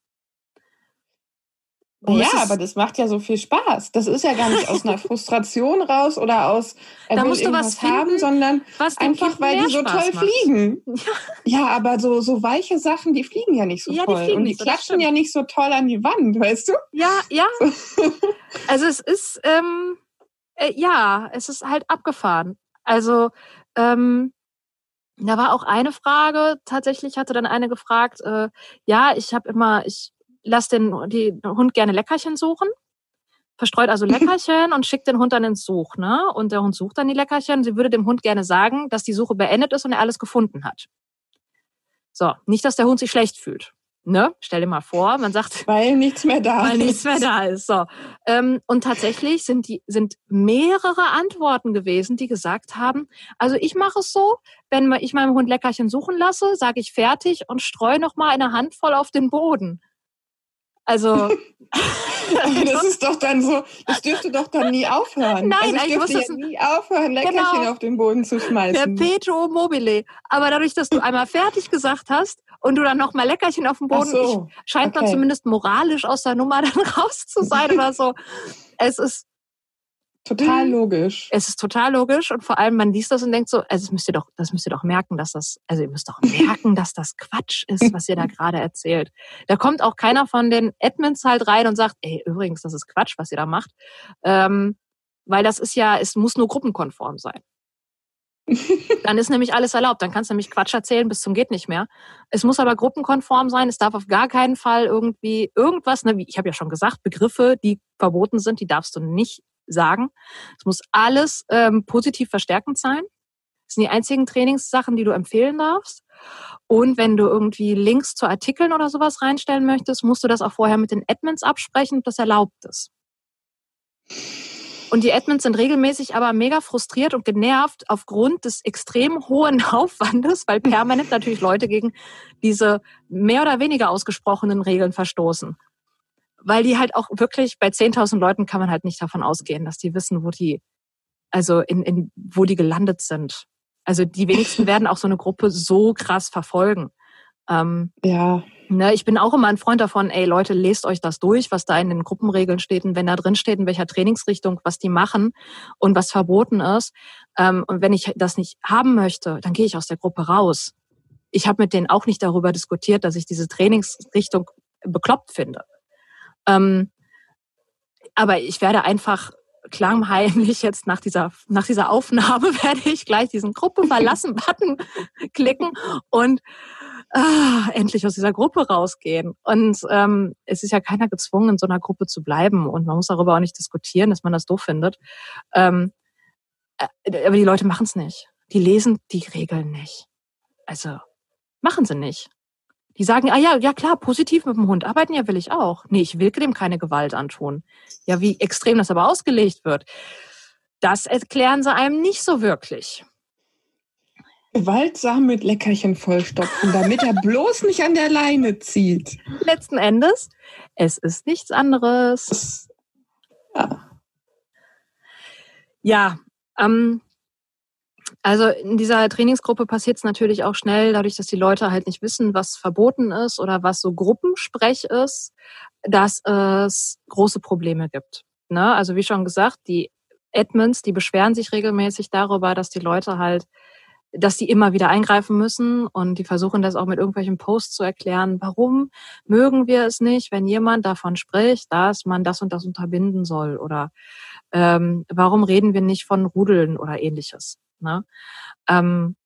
Ja, aber das macht ja so viel Spaß. Das ist ja gar nicht aus einer Frustration raus oder aus, er da will musst du irgendwas was finden, haben, sondern einfach, weil die so toll macht. fliegen. Ja, ja aber so, so weiche Sachen, die fliegen ja nicht so ja, toll. Die und die so, klatschen ja nicht so toll an die Wand, weißt du? Ja, ja. Also es ist, ähm, äh, ja, es ist halt abgefahren. Also, ähm, da war auch eine Frage, tatsächlich hatte dann eine gefragt, äh, ja, ich habe immer, ich lasse den, den Hund gerne Leckerchen suchen, verstreut also Leckerchen und schickt den Hund dann ins Such, ne? Und der Hund sucht dann die Leckerchen. Sie würde dem Hund gerne sagen, dass die Suche beendet ist und er alles gefunden hat. So, nicht, dass der Hund sich schlecht fühlt. Ne? Stell dir mal vor, man sagt... Weil nichts mehr da weil ist. Weil nichts mehr da ist, so. Ähm, und tatsächlich sind die sind mehrere Antworten gewesen, die gesagt haben, also ich mache es so, wenn ich meinem Hund Leckerchen suchen lasse, sage ich fertig und streue nochmal eine Handvoll auf den Boden. Also das ist doch dann so, das dürfte doch dann nie aufhören. Nein, also ich ich dürfte muss ja das nie aufhören, Leckerchen genau. auf den Boden zu schmeißen. Perpetuum mobile. Aber dadurch, dass du einmal fertig gesagt hast und du dann nochmal Leckerchen auf dem Boden, Ach so, ich, scheint okay. man zumindest moralisch aus der Nummer dann raus zu sein oder so. Es ist total logisch. Es ist total logisch und vor allem man liest das und denkt so, also das müsst ihr doch, das müsst ihr doch merken, dass das, also ihr müsst doch merken, dass das Quatsch ist, was ihr da gerade erzählt. Da kommt auch keiner von den Admins halt rein und sagt, ey, übrigens, das ist Quatsch, was ihr da macht, ähm, weil das ist ja, es muss nur gruppenkonform sein. Dann ist nämlich alles erlaubt, dann kannst du nämlich Quatsch erzählen bis zum geht nicht mehr. Es muss aber gruppenkonform sein, es darf auf gar keinen Fall irgendwie irgendwas, ne, wie ich habe ja schon gesagt, Begriffe, die verboten sind, die darfst du nicht sagen. Es muss alles ähm, positiv verstärkend sein. Das sind die einzigen Trainingssachen, die du empfehlen darfst. Und wenn du irgendwie Links zu Artikeln oder sowas reinstellen möchtest, musst du das auch vorher mit den Admins absprechen, ob das erlaubt ist. Und die Admins sind regelmäßig aber mega frustriert und genervt aufgrund des extrem hohen Aufwandes, weil permanent natürlich Leute gegen diese mehr oder weniger ausgesprochenen Regeln verstoßen. Weil die halt auch wirklich, bei zehntausend Leuten kann man halt nicht davon ausgehen, dass die wissen, wo die, also in, in, wo die gelandet sind. Also die wenigsten werden auch so eine Gruppe so krass verfolgen. Ähm, ja. Ne, ich bin auch immer ein Freund davon, ey Leute, lest euch das durch, was da in den Gruppenregeln steht und wenn da drin steht, in welcher Trainingsrichtung, was die machen und was verboten ist. Ähm, und wenn ich das nicht haben möchte, dann gehe ich aus der Gruppe raus. Ich habe mit denen auch nicht darüber diskutiert, dass ich diese Trainingsrichtung bekloppt finde. Ähm, aber ich werde einfach klammheimlich jetzt nach dieser, nach dieser Aufnahme werde ich gleich diesen Gruppe verlassen Button klicken und ah, endlich aus dieser Gruppe rausgehen. Und ähm, es ist ja keiner gezwungen, in so einer Gruppe zu bleiben und man muss darüber auch nicht diskutieren, dass man das doof findet. Ähm, äh, aber die Leute machen es nicht. Die lesen die Regeln nicht. Also machen sie nicht. Die sagen, ah ja, ja klar, positiv mit dem Hund arbeiten, ja will ich auch. Nee, ich will dem keine Gewalt antun. Ja, wie extrem das aber ausgelegt wird, das erklären sie einem nicht so wirklich. Gewaltsam mit Leckerchen vollstopfen, damit er bloß nicht an der Leine zieht. Letzten Endes, es ist nichts anderes. Ja, ja ähm, also in dieser Trainingsgruppe passiert es natürlich auch schnell, dadurch, dass die Leute halt nicht wissen, was verboten ist oder was so Gruppensprech ist, dass es große Probleme gibt. Ne? Also wie schon gesagt, die Admins, die beschweren sich regelmäßig darüber, dass die Leute halt, dass die immer wieder eingreifen müssen und die versuchen das auch mit irgendwelchen Posts zu erklären. Warum mögen wir es nicht, wenn jemand davon spricht, dass man das und das unterbinden soll oder ähm, warum reden wir nicht von Rudeln oder ähnliches. Ne? Ähm,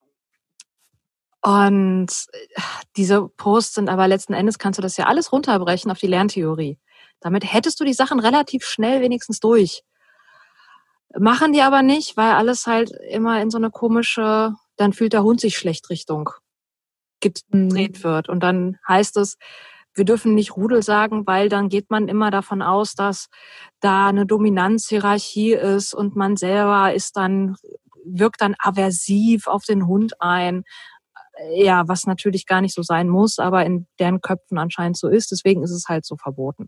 und diese Posts sind aber letzten Endes, kannst du das ja alles runterbrechen auf die Lerntheorie. Damit hättest du die Sachen relativ schnell wenigstens durch. Machen die aber nicht, weil alles halt immer in so eine komische, dann fühlt der Hund sich schlecht Richtung gedreht wird. Und dann heißt es, wir dürfen nicht Rudel sagen, weil dann geht man immer davon aus, dass da eine Dominanzhierarchie ist und man selber ist dann, wirkt dann aversiv auf den Hund ein. Ja, was natürlich gar nicht so sein muss, aber in deren Köpfen anscheinend so ist. Deswegen ist es halt so verboten.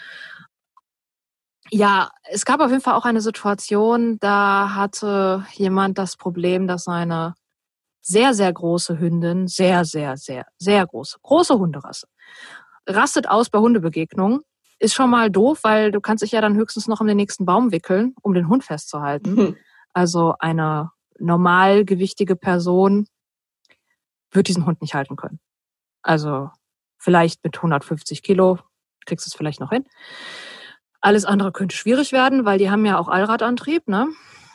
Ja, es gab auf jeden Fall auch eine Situation, da hatte jemand das Problem, dass seine sehr, sehr große Hündin, sehr, sehr, sehr, sehr große, große Hunderasse, rastet aus bei Hundebegegnungen. Ist schon mal doof, weil du kannst dich ja dann höchstens noch um den nächsten Baum wickeln, um den Hund festzuhalten. Hm. Also eine normalgewichtige Person wird diesen Hund nicht halten können. Also vielleicht mit hundertfünfzig Kilo kriegst du es vielleicht noch hin. Alles andere könnte schwierig werden, weil die haben ja auch Allradantrieb, ne?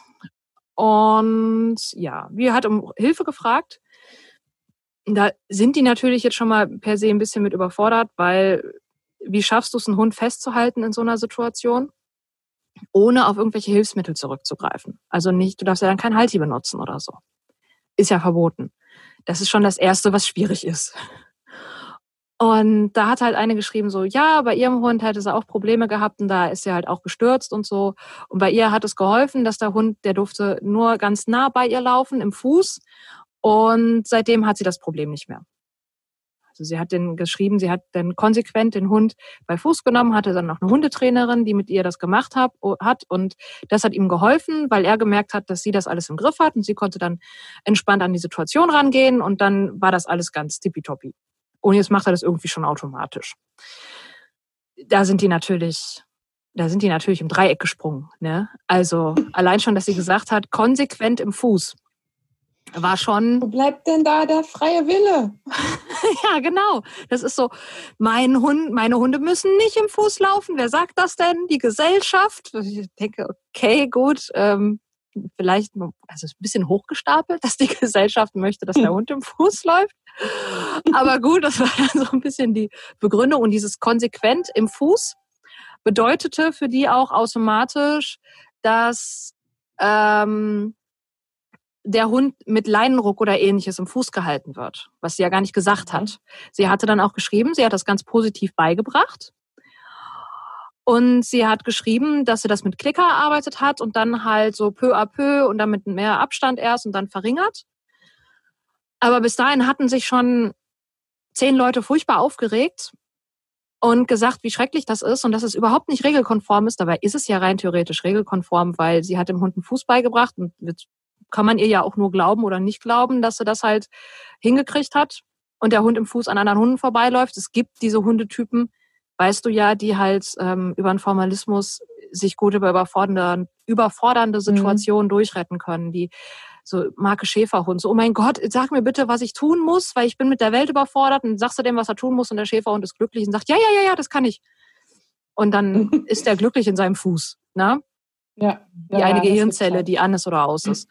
Und ja, wir hat um Hilfe gefragt. Da sind die natürlich jetzt schon mal per se ein bisschen mit überfordert, weil wie schaffst du es, einen Hund festzuhalten in so einer Situation, ohne auf irgendwelche Hilfsmittel zurückzugreifen? Also nicht, du darfst ja dann kein Halti benutzen oder so. Ist ja verboten. Das ist schon das Erste, was schwierig ist. Und da hat halt eine geschrieben so, ja, bei ihrem Hund hätte sie auch Probleme gehabt und da ist sie halt auch gestürzt und so. Und bei ihr hat es geholfen, dass der Hund, der durfte nur ganz nah bei ihr laufen, im Fuß. Und seitdem hat sie das Problem nicht mehr. Also sie hat den geschrieben, sie hat dann konsequent den Hund bei Fuß genommen, hatte dann noch eine Hundetrainerin, die mit ihr das gemacht hat, hat und das hat ihm geholfen, weil er gemerkt hat, dass sie das alles im Griff hat und sie konnte dann entspannt an die Situation rangehen und dann war das alles ganz tippitoppi. Und jetzt macht er das irgendwie schon automatisch. Da sind die natürlich, da sind die natürlich im Dreieck gesprungen, ne? Also allein schon, dass sie gesagt hat, konsequent im Fuß. War schon. Wo bleibt denn da der freie Wille? Ja, genau. Das ist so, mein Hund, meine Hunde müssen nicht im Fuß laufen. Wer sagt das denn? Die Gesellschaft. Ich denke, okay, gut, ähm, vielleicht, also ein bisschen hochgestapelt, dass die Gesellschaft möchte, dass der Hund im Fuß läuft. Aber gut, das war dann so ein bisschen die Begründung. Und dieses konsequent im Fuß bedeutete für die auch automatisch, dass ähm, der Hund mit Leinenruck oder Ähnliches im Fuß gehalten wird, was sie ja gar nicht gesagt hat. Sie hatte dann auch geschrieben, sie hat das ganz positiv beigebracht. Und sie hat geschrieben, dass sie das mit Klicker erarbeitet hat und dann halt so peu à peu und dann mit mehr Abstand erst und dann verringert. Aber bis dahin hatten sich schon zehn Leute furchtbar aufgeregt und gesagt, wie schrecklich das ist und dass es überhaupt nicht regelkonform ist. Dabei ist es ja rein theoretisch regelkonform, weil sie hat dem Hund einen Fuß beigebracht und wird kann man ihr ja auch nur glauben oder nicht glauben, dass sie das halt hingekriegt hat und der Hund im Fuß an anderen Hunden vorbeiläuft. Es gibt diese Hundetypen, weißt du ja, die halt ähm, über einen Formalismus sich gut über überfordernde, überfordernde Situationen mhm. durchretten können, die so Marke Schäferhund, so, oh mein Gott, sag mir bitte, was ich tun muss, weil ich bin mit der Welt überfordert und sagst du dem, was er tun muss und der Schäferhund ist glücklich und sagt, ja, ja, ja, ja, das kann ich. Und dann ist er glücklich in seinem Fuß, ne? Ja, die ja, eine Gehirnzelle, die an ist oder aus ist.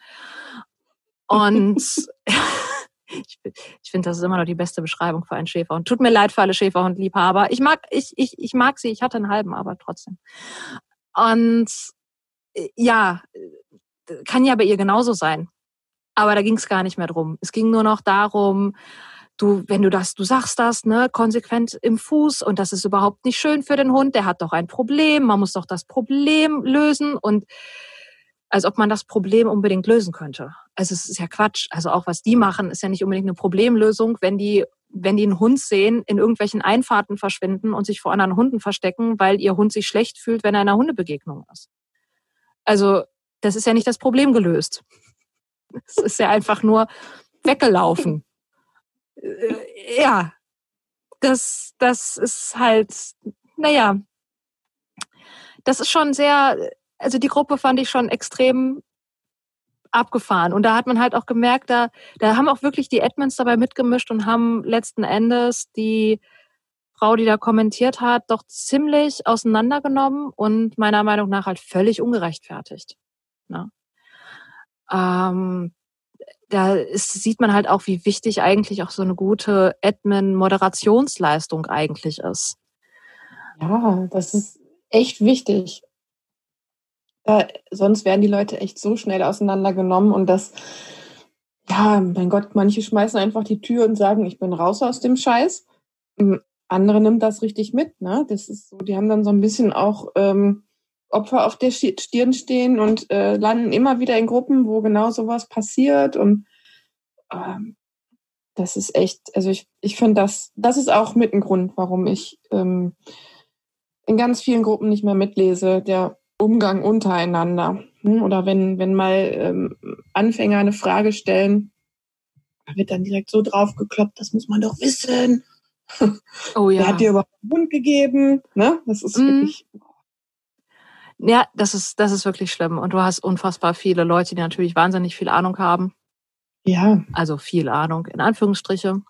Und ich, ich finde, das ist immer noch die beste Beschreibung für einen Schäferhund. Tut mir leid für alle Schäferhundliebhaber. Ich mag, ich, ich, ich mag sie, ich hatte einen halben, aber trotzdem. Und ja, kann ja bei ihr genauso sein. Aber da ging es gar nicht mehr drum. Es ging nur noch darum, du, wenn du das, du sagst das, ne, konsequent im Fuß und das ist überhaupt nicht schön für den Hund, der hat doch ein Problem, man muss doch das Problem lösen und als ob man das Problem unbedingt lösen könnte. Also es ist ja Quatsch. Also auch was die machen, ist ja nicht unbedingt eine Problemlösung, wenn die, wenn die einen Hund sehen, in irgendwelchen Einfahrten verschwinden und sich vor anderen Hunden verstecken, weil ihr Hund sich schlecht fühlt, wenn er in einer Hundebegegnung ist. Also das ist ja nicht das Problem gelöst. Es ist ja einfach nur weggelaufen. Ja, das, das ist halt, naja, das ist schon sehr, also die Gruppe fand ich schon extrem abgefahren. Und da hat man halt auch gemerkt, da, da haben auch wirklich die Admins dabei mitgemischt und haben letzten Endes die Frau, die da kommentiert hat, doch ziemlich auseinandergenommen und meiner Meinung nach halt völlig ungerechtfertigt. Ne? Ähm, da ist, sieht man halt auch, wie wichtig eigentlich auch so eine gute Admin-Moderationsleistung eigentlich ist. Ja, das ist echt wichtig. Äh, sonst werden die Leute echt so schnell auseinandergenommen und das, ja, mein Gott, manche schmeißen einfach die Tür und sagen, ich bin raus aus dem Scheiß. Andere nimmt das richtig mit, ne? Das ist so, die haben dann so ein bisschen auch ähm, Opfer auf der Stirn stehen und äh, landen immer wieder in Gruppen, wo genau sowas passiert und ähm, das ist echt, also ich, ich finde das, das ist auch mit ein Grund, warum ich ähm, in ganz vielen Gruppen nicht mehr mitlese, der Umgang untereinander. Hm? Oder wenn, wenn mal ähm, Anfänger eine Frage stellen, da wird dann direkt so drauf gekloppt, das muss man doch wissen. Oh ja. Wer hat dir überhaupt einen Hund gegeben? Ne? Das ist mhm. wirklich... Ja, das ist, das ist wirklich schlimm. Und du hast unfassbar viele Leute, die natürlich wahnsinnig viel Ahnung haben. Ja. Also viel Ahnung, in Anführungsstriche.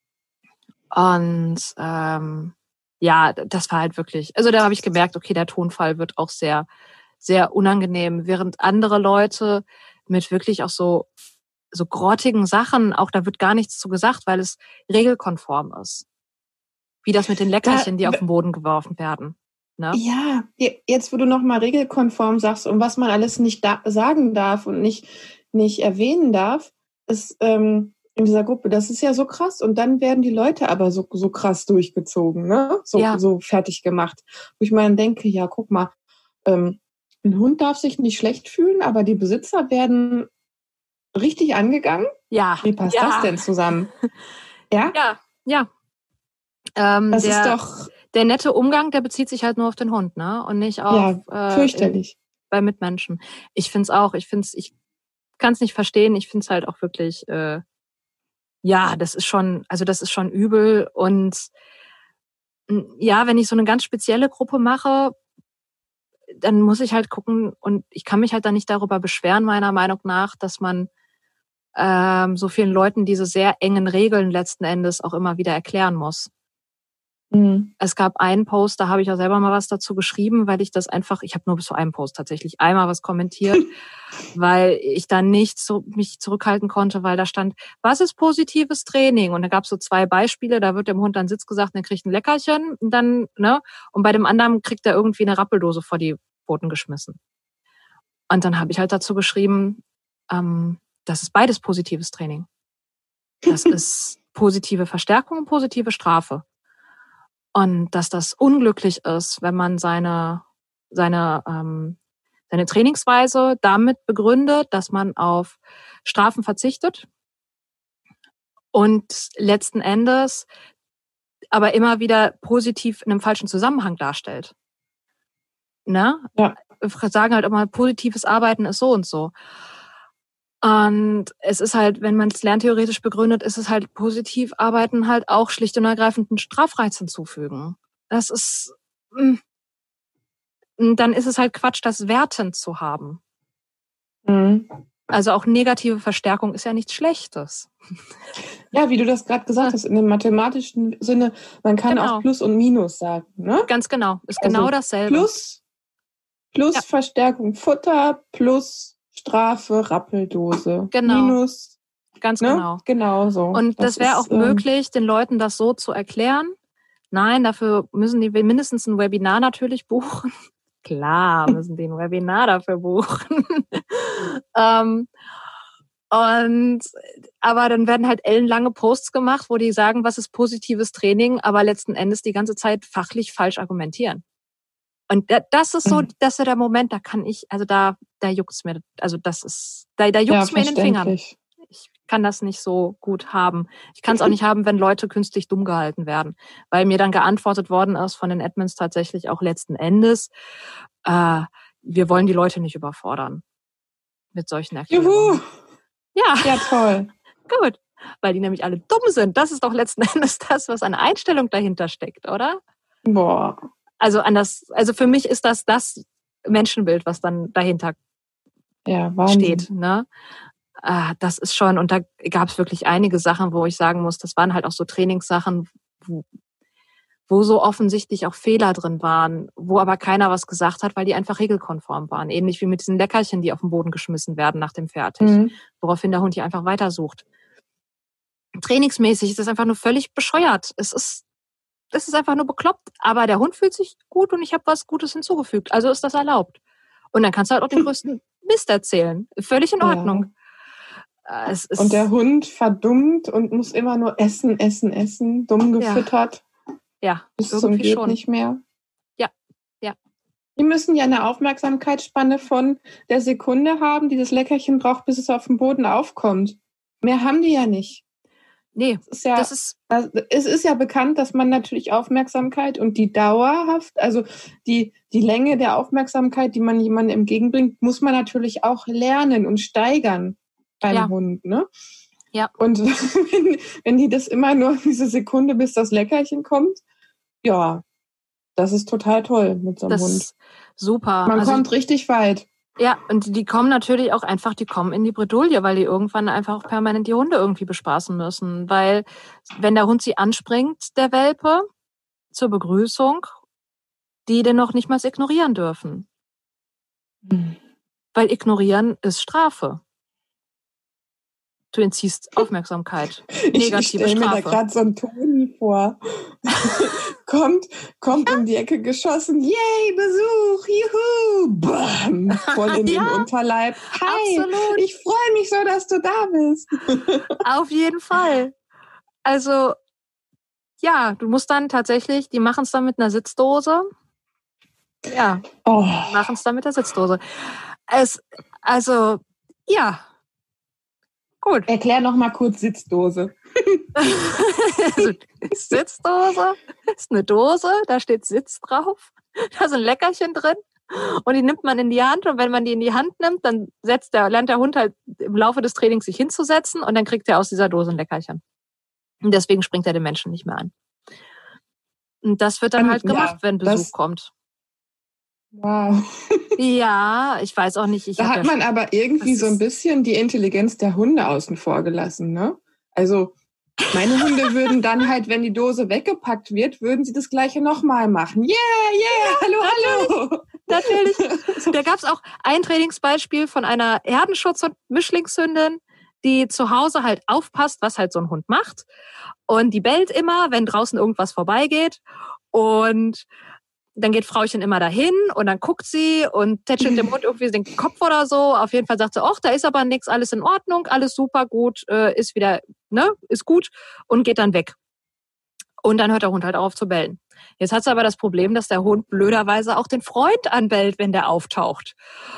Und ähm, ja, das war halt wirklich, also da habe ich gemerkt, okay, der Tonfall wird auch sehr, sehr unangenehm, während andere Leute mit wirklich auch so, so grottigen Sachen, auch da wird gar nichts zu gesagt, weil es regelkonform ist. Wie das mit den Leckerchen, die auf den Boden geworfen werden. Ne? Ja, jetzt wo du nochmal regelkonform sagst und was man alles nicht da- sagen darf und nicht, nicht erwähnen darf, ist ähm, in dieser Gruppe, das ist ja so krass. Und dann werden die Leute aber so, so krass durchgezogen, ne? So, ja. so fertig gemacht. Wo ich mir dann denke, ja, guck mal, ähm, ein Hund darf sich nicht schlecht fühlen, aber die Besitzer werden richtig angegangen. Ja. Wie passt ja. das denn zusammen? Ja? Ja, ja. Ähm, das der, ist doch... Der nette Umgang, der bezieht sich halt nur auf den Hund, ne? Und nicht auf ja, fürchterlich. Äh, bei Mitmenschen. Ich find's auch, ich find's, ich kann es nicht verstehen, ich find's halt auch wirklich, äh, ja, das ist schon, also das ist schon übel. Und ja, wenn ich so eine ganz spezielle Gruppe mache, dann muss ich halt gucken und ich kann mich halt dann nicht darüber beschweren, meiner Meinung nach, dass man ähm, so vielen Leuten diese sehr engen Regeln letzten Endes auch immer wieder erklären muss. Mhm. Es gab einen Post, da habe ich auch selber mal was dazu geschrieben, weil ich das einfach, ich habe nur bis zu einem Post tatsächlich einmal was kommentiert, weil ich da nicht so mich zurückhalten konnte, weil da stand, was ist positives Training? Und da gab es so zwei Beispiele, da wird dem Hund dann Sitz gesagt, der kriegt ein Leckerchen und dann, ne, und bei dem anderen kriegt er irgendwie eine Rappeldose vor die Pfoten geschmissen. Und dann habe ich halt dazu geschrieben, ähm, das ist beides positives Training. Das ist positive Verstärkung und positive Strafe. Und dass das unglücklich ist, wenn man seine, seine, ähm, seine Trainingsweise damit begründet, dass man auf Strafen verzichtet und letzten Endes aber immer wieder positiv in einem falschen Zusammenhang darstellt. Ne? Ja. Wir sagen halt immer, positives Arbeiten ist so und so. Und es ist halt, wenn man es lerntheoretisch begründet, ist es halt positiv arbeiten halt auch schlicht und ergreifend einen Strafreiz hinzufügen. Das ist, dann ist es halt Quatsch, das wertend zu haben. Mhm. Also auch negative Verstärkung ist ja nichts Schlechtes. Ja, wie du das gerade gesagt hast, in dem mathematischen Sinne, man kann genau. auch Plus und Minus sagen. Ne? Ganz genau, ist also genau dasselbe. Plus, plus ja. Verstärkung Futter, plus Strafe, Rappeldose. Genau. Minus. Ganz ne? genau. Genau so. Und das, das wäre auch ähm, möglich, den Leuten das so zu erklären. Nein, dafür müssen die mindestens ein Webinar natürlich buchen. Klar müssen die ein Webinar dafür buchen. ähm, und aber dann werden halt ellenlange Posts gemacht, wo die sagen, was ist positives Training, aber letzten Endes die ganze Zeit fachlich falsch argumentieren. Und das ist so, das ist der Moment, da kann ich, also da, da juckt's mir, also das ist, da, da juckt's ja, mir in den Fingern. Ich kann das nicht so gut haben. Ich kann es auch nicht haben, wenn Leute künstlich dumm gehalten werden, weil mir dann geantwortet worden ist von den Admins tatsächlich auch letzten Endes, äh, wir wollen die Leute nicht überfordern mit solchen Erklärungen. Juhu! Ja. Ja, toll. Gut, weil die nämlich alle dumm sind. Das ist doch letzten Endes das, was an Einstellung dahinter steckt, oder? Boah. Also anders, also für mich ist das das Menschenbild, was dann dahinter ja, steht. Ne? Ah, das ist schon, und da gab es wirklich einige Sachen, wo ich sagen muss, das waren halt auch so Trainingssachen, wo, wo so offensichtlich auch Fehler drin waren, wo aber keiner was gesagt hat, weil die einfach regelkonform waren. Ähnlich wie mit diesen Leckerchen, die auf den Boden geschmissen werden nach dem Fertig, mhm. woraufhin der Hund die einfach weitersucht. Trainingsmäßig ist das einfach nur völlig bescheuert. Es ist Das ist einfach nur bekloppt, aber der Hund fühlt sich gut und ich habe was Gutes hinzugefügt. Also ist das erlaubt. Und dann kannst du halt auch den größten Mist erzählen. Völlig in Ordnung. Ja. Es ist und der Hund verdummt und muss immer nur essen, essen, essen, dumm gefüttert. Ja, ja bis zum geht schon. Nicht mehr. Ja, ja. Die müssen ja eine Aufmerksamkeitsspanne von der Sekunde haben, die das Leckerchen braucht, bis es auf dem Boden aufkommt. Mehr haben die ja nicht. Nee, es ist ja, das ist es ist ja bekannt, dass man natürlich Aufmerksamkeit und die dauerhaft, also die, die Länge der Aufmerksamkeit, die man jemandem entgegenbringt, muss man natürlich auch lernen und steigern beim ja. Hund, ne? Ja. Und wenn, wenn die das immer nur diese Sekunde, bis das Leckerchen kommt, ja, das ist total toll mit so einem das Hund. Ist super. Man also, kommt richtig weit. Ja, und die kommen natürlich auch einfach, die kommen in die Bredouille, weil die irgendwann einfach auch permanent die Hunde irgendwie bespaßen müssen. Weil wenn der Hund sie anspringt, der Welpe, zur Begrüßung, die den noch nicht mal ignorieren dürfen. Hm. Weil ignorieren ist Strafe. Du entziehst Aufmerksamkeit. Negative ich ich stelle mir da gerade so einen Toni vor. kommt kommt ja. um die Ecke geschossen. Yay, Besuch, juhu, bam, voll in ja. den Unterleib. Hi, absolut. Ich freue mich so, dass du da bist. Auf jeden Fall. Also, ja, du musst dann tatsächlich, die machen es dann mit einer Sitzdose. Ja, oh. machen es dann mit der Sitzdose. Es, also, ja. Gut. Erklär noch mal kurz Sitzdose. Also, Sitzdose ist eine Dose, da steht Sitz drauf, da sind Leckerchen drin und die nimmt man in die Hand und wenn man die in die Hand nimmt, dann setzt der, lernt der Hund halt im Laufe des Trainings sich hinzusetzen und dann kriegt er aus dieser Dose ein Leckerchen. Und deswegen springt er den Menschen nicht mehr an. Und das wird dann halt gemacht, ja, wenn Besuch das, kommt. Wow. Ja, ich weiß auch nicht. Ich da hat man aber irgendwie so ein bisschen die Intelligenz der Hunde außen vor gelassen, ne? Also meine Hunde würden dann halt, wenn die Dose weggepackt wird, würden sie das Gleiche nochmal machen. Yeah, yeah, hallo, hallo. Natürlich. Da gab es auch ein Trainingsbeispiel von einer Herdenschutz- und Mischlingshündin, die zu Hause halt aufpasst, was halt so ein Hund macht. Und die bellt immer, wenn draußen irgendwas vorbeigeht. Und dann geht Frauchen immer dahin und dann guckt sie und tätschelt dem Hund irgendwie den Kopf oder so. Auf jeden Fall sagt sie, ach, da ist aber nichts, alles in Ordnung, alles super gut, äh, ist wieder, ne, ist gut und geht dann weg. Und dann hört der Hund halt auf zu bellen. Jetzt hat sie aber das Problem, dass der Hund blöderweise auch den Freund anbellt, wenn der auftaucht.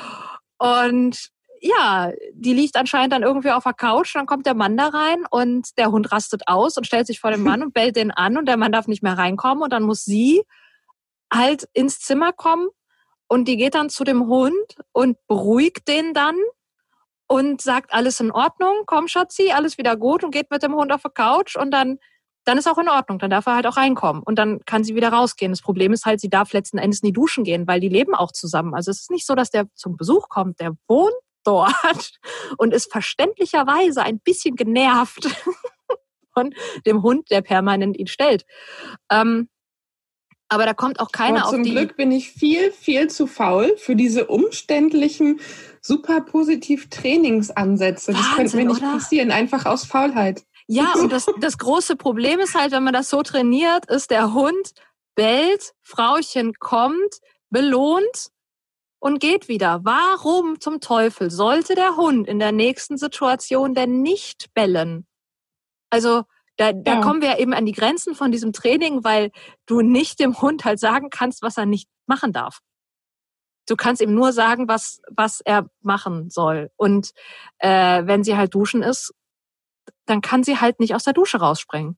Und ja, die liegt anscheinend dann irgendwie auf der Couch, dann kommt der Mann da rein und der Hund rastet aus und stellt sich vor den Mann und bellt den an und der Mann darf nicht mehr reinkommen und dann muss sie halt ins Zimmer kommen und die geht dann zu dem Hund und beruhigt den dann und sagt, alles in Ordnung, komm Schatzi, alles wieder gut und geht mit dem Hund auf die Couch und dann, dann ist auch in Ordnung, dann darf er halt auch reinkommen und dann kann sie wieder rausgehen. Das Problem ist halt, sie darf letzten Endes nie duschen gehen, weil die leben auch zusammen. Also es ist nicht so, dass der zum Besuch kommt, der wohnt dort und ist verständlicherweise ein bisschen genervt von dem Hund, der permanent ihn stellt. Ähm, Aber da kommt auch keiner auf die... Zum Glück bin ich viel, viel zu faul für diese umständlichen, super positiv Trainingsansätze. Das könnte mir nicht oder? passieren, einfach aus Faulheit. Ja, und das, das große Problem ist halt, wenn man das so trainiert, ist, der Hund bellt, Frauchen kommt, belohnt und geht wieder. Warum zum Teufel sollte der Hund in der nächsten Situation denn nicht bellen? Also... Da, da ja. kommen wir ja eben an die Grenzen von diesem Training, weil du nicht dem Hund halt sagen kannst, was er nicht machen darf. Du kannst ihm nur sagen, was, was er machen soll. Und äh, wenn sie halt duschen ist, dann kann sie halt nicht aus der Dusche rausspringen.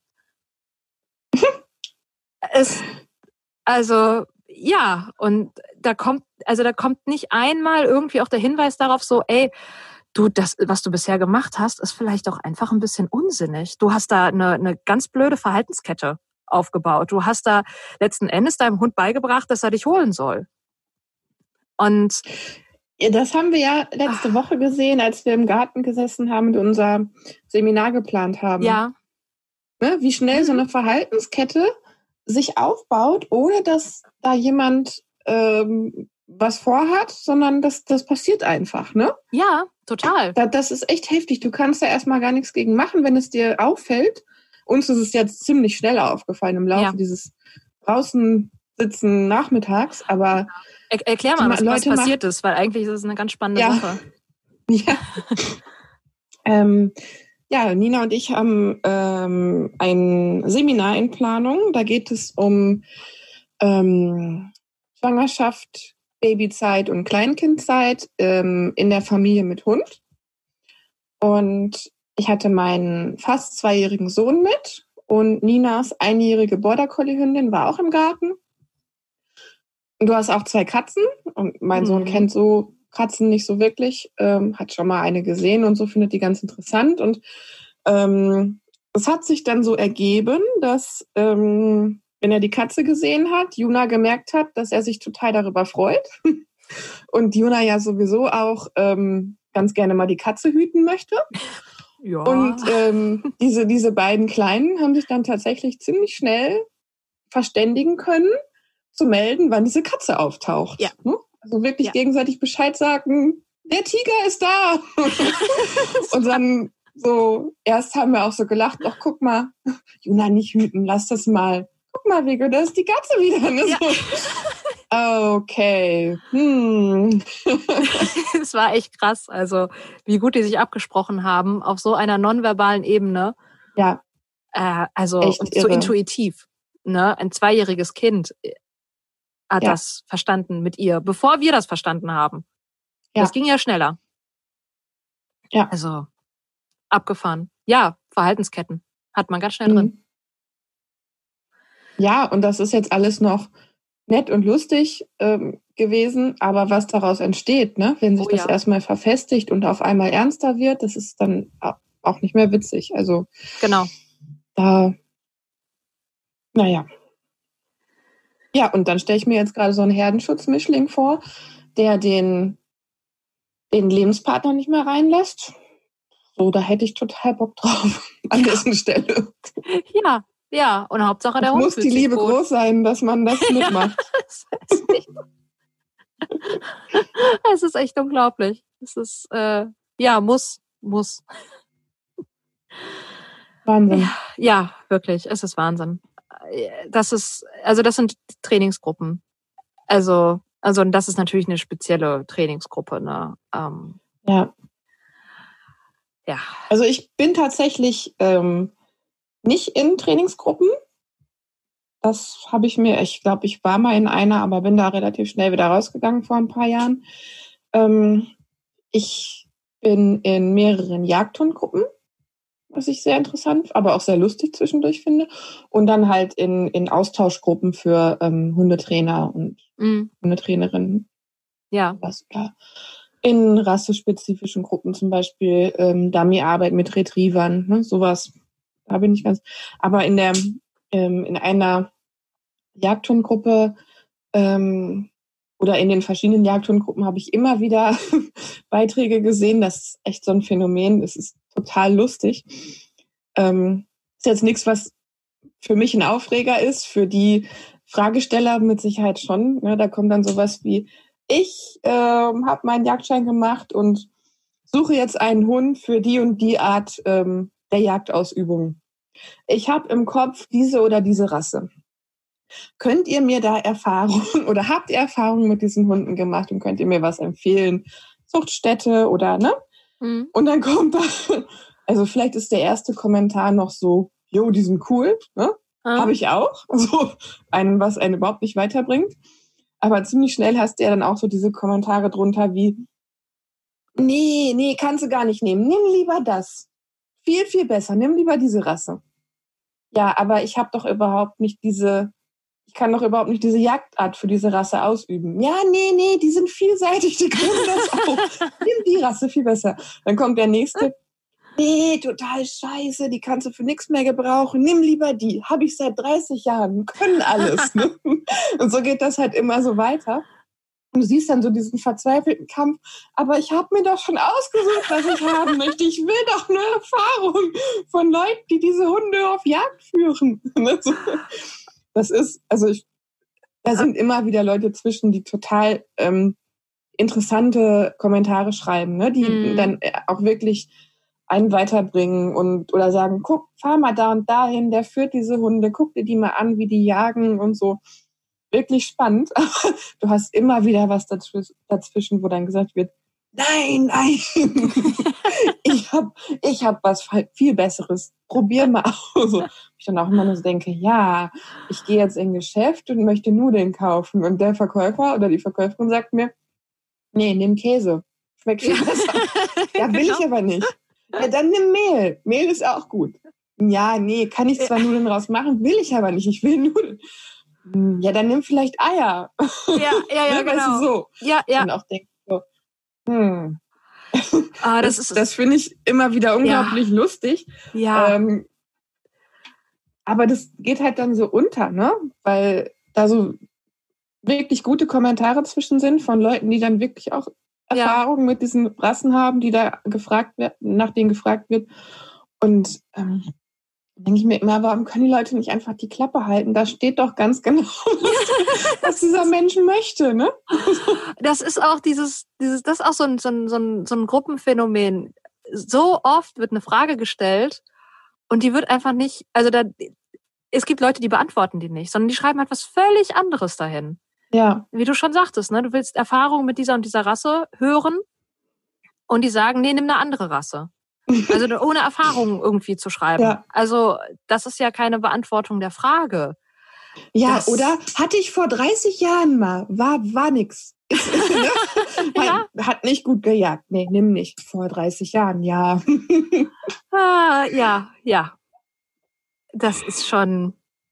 es, also ja, und da kommt, also da kommt nicht einmal irgendwie auch der Hinweis darauf, so, ey, du, das, was du bisher gemacht hast, ist vielleicht auch einfach ein bisschen unsinnig. Du hast da eine, eine ganz blöde Verhaltenskette aufgebaut. Du hast da letzten Endes deinem Hund beigebracht, dass er dich holen soll. Und ja, das haben wir ja letzte ach. Woche gesehen, als wir im Garten gesessen haben und unser Seminar geplant haben. Ja. Ne, wie schnell mhm. so eine Verhaltenskette sich aufbaut, ohne dass da jemand ähm, was vorhat, sondern das, das passiert einfach, ne? Ja, total. Das, das ist echt heftig. Du kannst da erstmal gar nichts gegen machen, wenn es dir auffällt. Uns ist es jetzt ziemlich schnell aufgefallen im Laufe ja. dieses draußen sitzen nachmittags, aber er, erklär mal, was, Leute was passiert ist, weil eigentlich ist es eine ganz spannende ja. Sache. Ja. ähm, ja, Nina und ich haben ähm, ein Seminar in Planung. Da geht es um ähm, Schwangerschaft, Babyzeit und Kleinkindzeit ähm, in der Familie mit Hund. Und ich hatte meinen fast zweijährigen Sohn mit und Ninas einjährige Border Collie Hündin war auch im Garten. Und du hast auch zwei Katzen und mein mhm. Sohn kennt so Katzen nicht so wirklich, ähm, hat schon mal eine gesehen und so, findet die ganz interessant. Und ähm, es hat sich dann so ergeben, dass ähm, wenn er die Katze gesehen hat, Juna gemerkt hat, dass er sich total darüber freut. Und Juna ja sowieso auch ähm, ganz gerne mal die Katze hüten möchte. Ja. Und ähm, diese, diese beiden Kleinen haben sich dann tatsächlich ziemlich schnell verständigen können, zu melden, wann diese Katze auftaucht. Ja. Also wirklich ja. gegenseitig Bescheid sagen, der Tiger ist da. Und dann so, erst haben wir auch so gelacht, ach guck mal, Juna, nicht hüten, lass das mal. Guck mal, Vigo, da ist die Katze wieder. Ne? Ja. So. Okay. Hm. Es war echt krass, also wie gut die sich abgesprochen haben auf so einer nonverbalen Ebene. Ja. Äh, also und so intuitiv. Ne? Ein zweijähriges Kind hat ja. das verstanden mit ihr, bevor wir das verstanden haben. Ja. Das ging ja schneller. Ja. Also abgefahren. Ja, Verhaltensketten. Hat man ganz schnell drin. Mhm. Ja, und das ist jetzt alles noch nett und lustig ähm, gewesen, aber was daraus entsteht, ne, wenn sich Oh das ja. erstmal verfestigt und auf einmal ernster wird, das ist dann auch nicht mehr witzig. Also Genau. Da, naja. Ja, und dann stelle ich mir jetzt gerade so einen Herdenschutzmischling vor, der den, den Lebenspartner nicht mehr reinlässt. So, da hätte ich total Bock drauf an Ja. dessen Stelle. Ja, ja. Und Hauptsache der Es Hund muss fühlt die sich Liebe gut. groß sein, dass man das mitmacht. Es ist echt, es ist echt unglaublich. Es ist, äh, ja, muss, muss. Wahnsinn. Ja, ja, wirklich. Es ist Wahnsinn. Das ist, also das sind Trainingsgruppen. Also, also das ist natürlich eine spezielle Trainingsgruppe, ne? Ähm, Ja. ja. Also ich bin tatsächlich ähm, nicht in Trainingsgruppen. Das habe ich mir, ich glaube, ich war mal in einer, aber bin da relativ schnell wieder rausgegangen vor ein paar Jahren. Ähm, ich bin in mehreren Jagdhundgruppen, was ich sehr interessant, aber auch sehr lustig zwischendurch finde. Und dann halt in, in Austauschgruppen für ähm, Hundetrainer und Mhm. Hundetrainerinnen. Ja. Was, ja. In rassespezifischen Gruppen, zum Beispiel ähm, Dummy-Arbeit mit Retrievern, ne, sowas. Da bin ich ganz. Aber in der ähm, in einer Jagdhundgruppe ähm, oder in den verschiedenen Jagdhundgruppen habe ich immer wieder Beiträge gesehen. Das ist echt so ein Phänomen. Das ist total lustig. Ähm, ist jetzt nichts, was für mich ein Aufreger ist, für die Fragesteller mit Sicherheit schon. Ne? Da kommt dann sowas wie, ich ähm, habe meinen Jagdschein gemacht und suche jetzt einen Hund für die und die Art ähm, der Jagdausübung. Ich habe im Kopf diese oder diese Rasse. Könnt ihr mir da Erfahrungen oder habt ihr Erfahrungen mit diesen Hunden gemacht und könnt ihr mir was empfehlen? Zuchtstätte oder, ne? Mhm. Und dann kommt da, also vielleicht ist der erste Kommentar noch so, jo, die sind cool, ne? Ah. Habe ich auch. Also einen, was einen überhaupt nicht weiterbringt. Aber ziemlich schnell hast du ja dann auch so diese Kommentare drunter wie, nee, nee, kannst du gar nicht nehmen. Nimm lieber das. Viel, viel besser. Nimm lieber diese Rasse. Ja, aber ich habe doch überhaupt nicht diese, ich kann doch überhaupt nicht diese Jagdart für diese Rasse ausüben. Ja, nee, nee, die sind vielseitig, die können das auch. Nimm die Rasse viel besser. Dann kommt der nächste. Nee, total scheiße, die kannst du für nichts mehr gebrauchen. Nimm lieber die. Habe ich seit dreißig Jahren. Können alles. Ne? Und so geht das halt immer so weiter. Und du siehst dann so diesen verzweifelten Kampf. Aber ich habe mir doch schon ausgesucht, was ich haben möchte. Ich will doch nur Erfahrung von Leuten, die diese Hunde auf Jagd führen. Das ist, also ich, da sind immer wieder Leute zwischen, die total ähm, interessante Kommentare schreiben, ne? Die Mhm. dann auch wirklich einen weiterbringen und oder sagen, guck, fahr mal da und dahin, der führt diese Hunde, guck dir die mal an, wie die jagen und so. Wirklich spannend. Du hast immer wieder was dazwischen, wo dann gesagt wird, nein, nein, ich habe ich hab was viel Besseres. Probier mal aus. So, ich dann auch immer nur so denke, ja, ich gehe jetzt in ein Geschäft und möchte Nudeln kaufen. Und der Verkäufer oder die Verkäuferin sagt mir, nee, nimm Käse. Schmeckt viel besser. Ja, will Genau. ich aber nicht. Ja, dann nimm Mehl. Mehl ist auch gut. Ja, nee, kann ich zwar Nudeln draus machen, will ich aber nicht. Ich will Nudeln. Ja, dann nimm vielleicht Eier. Ja, ja, ja, ne, weißt genau. du, so. Ja, ja. Und auch denke so, hm. Ah, das das ist, das finde ich immer wieder unglaublich ja. lustig. Ja. Ähm, aber das geht halt dann so unter, ne? Weil da so wirklich gute Kommentare zwischen sind von Leuten, die dann wirklich auch Erfahrungen ja. mit diesen Rassen haben, die da gefragt werden, nach denen gefragt wird. Und ähm, denke ich mir immer, warum können die Leute nicht einfach die Klappe halten? Da steht doch ganz genau, was, was dieser Mensch möchte, ne? Das ist auch dieses, dieses, das ist auch so ein, so ein, so ein, so ein Gruppenphänomen. So oft wird eine Frage gestellt und die wird einfach nicht, also da, es gibt Leute, die beantworten die nicht, sondern die schreiben halt was völlig anderes dahin. Ja. Wie du schon sagtest, ne? Du willst Erfahrungen mit dieser und dieser Rasse hören und die sagen, nee, nimm eine andere Rasse. Also ohne Erfahrung irgendwie zu schreiben. Ja. Also das ist ja keine Beantwortung der Frage. Ja, das oder hatte ich vor dreißig Jahren mal, war, war nix. Ne? Ja. Hat, hat nicht gut gejagt. Nee, nimm nicht. Vor dreißig Jahren, ja. ah, ja, ja. das ist schon,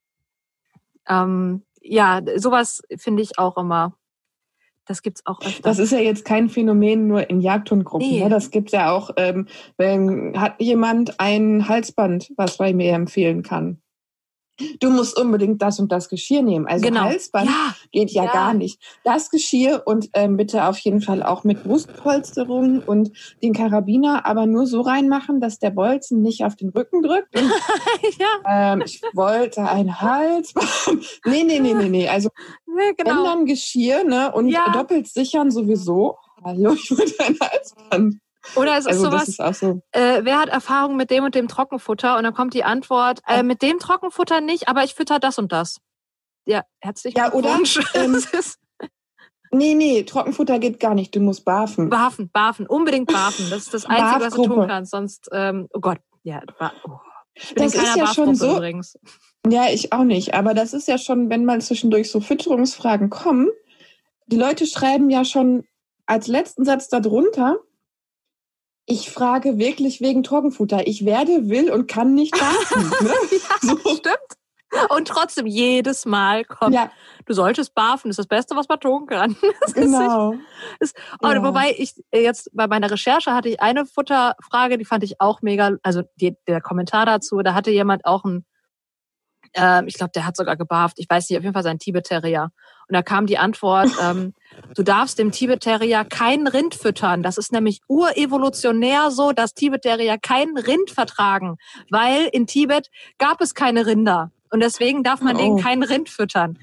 ähm, ja, sowas finde ich auch immer. Das gibt's auch öfter. Das ist ja jetzt kein Phänomen nur in Jagdhundgruppen. Nee. Ne? Das gibt's ja auch, ähm, wenn hat jemand ein Halsband, was man mir empfehlen kann. Du musst unbedingt das und das Geschirr nehmen. Also genau. Halsband ja. geht ja, ja gar nicht. Das Geschirr und ähm, bitte auf jeden Fall auch mit Brustpolsterung und den Karabiner, aber nur so reinmachen, dass der Bolzen nicht auf den Rücken drückt. Und, ja. ähm, ich wollte ein Halsband. nee, nee, nee, nee, nee. Also nee, genau. wenn dann Geschirr, ne? Und ja. doppelt sichern sowieso. Hallo, ich wollte ein Halsband. Oder es ist also, sowas, ist auch so. äh, wer hat Erfahrung mit dem und dem Trockenfutter? Und dann kommt die Antwort, äh, mit dem Trockenfutter nicht, aber ich fütter das und das. Ja, herzlichen ja, Glückwunsch. Oder, ähm, nee, nee, Trockenfutter geht gar nicht, du musst barfen. Barfen, barfen, unbedingt barfen. Das ist das Einzige, was du tun kannst. Sonst, ähm, oh Gott, ja, oh. Ich bin das in keiner ist ja schon so. Übrigens. Ja, ich auch nicht. Aber das ist ja schon, wenn mal zwischendurch so Fütterungsfragen kommen, die Leute schreiben ja schon als letzten Satz darunter, ich frage wirklich wegen Trockenfutter. Ich werde, will und kann nicht barfen. Ne? ja, so. Stimmt. Und trotzdem jedes Mal kommt, ja. du solltest barfen, das ist das Beste, was man tun kann. Das genau. Ist, ist, oh, ja. Wobei ich jetzt bei meiner Recherche hatte ich eine Futterfrage, die fand ich auch mega, also die, der Kommentar dazu, da hatte jemand auch ein, äh, ich glaube, der hat sogar gebarft, ich weiß nicht, auf jeden Fall sein Tibet-Terrier. Und da kam die Antwort, ähm, du darfst dem Tibet-Terrier kein Rind füttern. Das ist nämlich urevolutionär so, dass Tibet-Terrier kein Rind vertragen, weil in Tibet gab es keine Rinder. Und deswegen darf man oh. denen kein Rind füttern.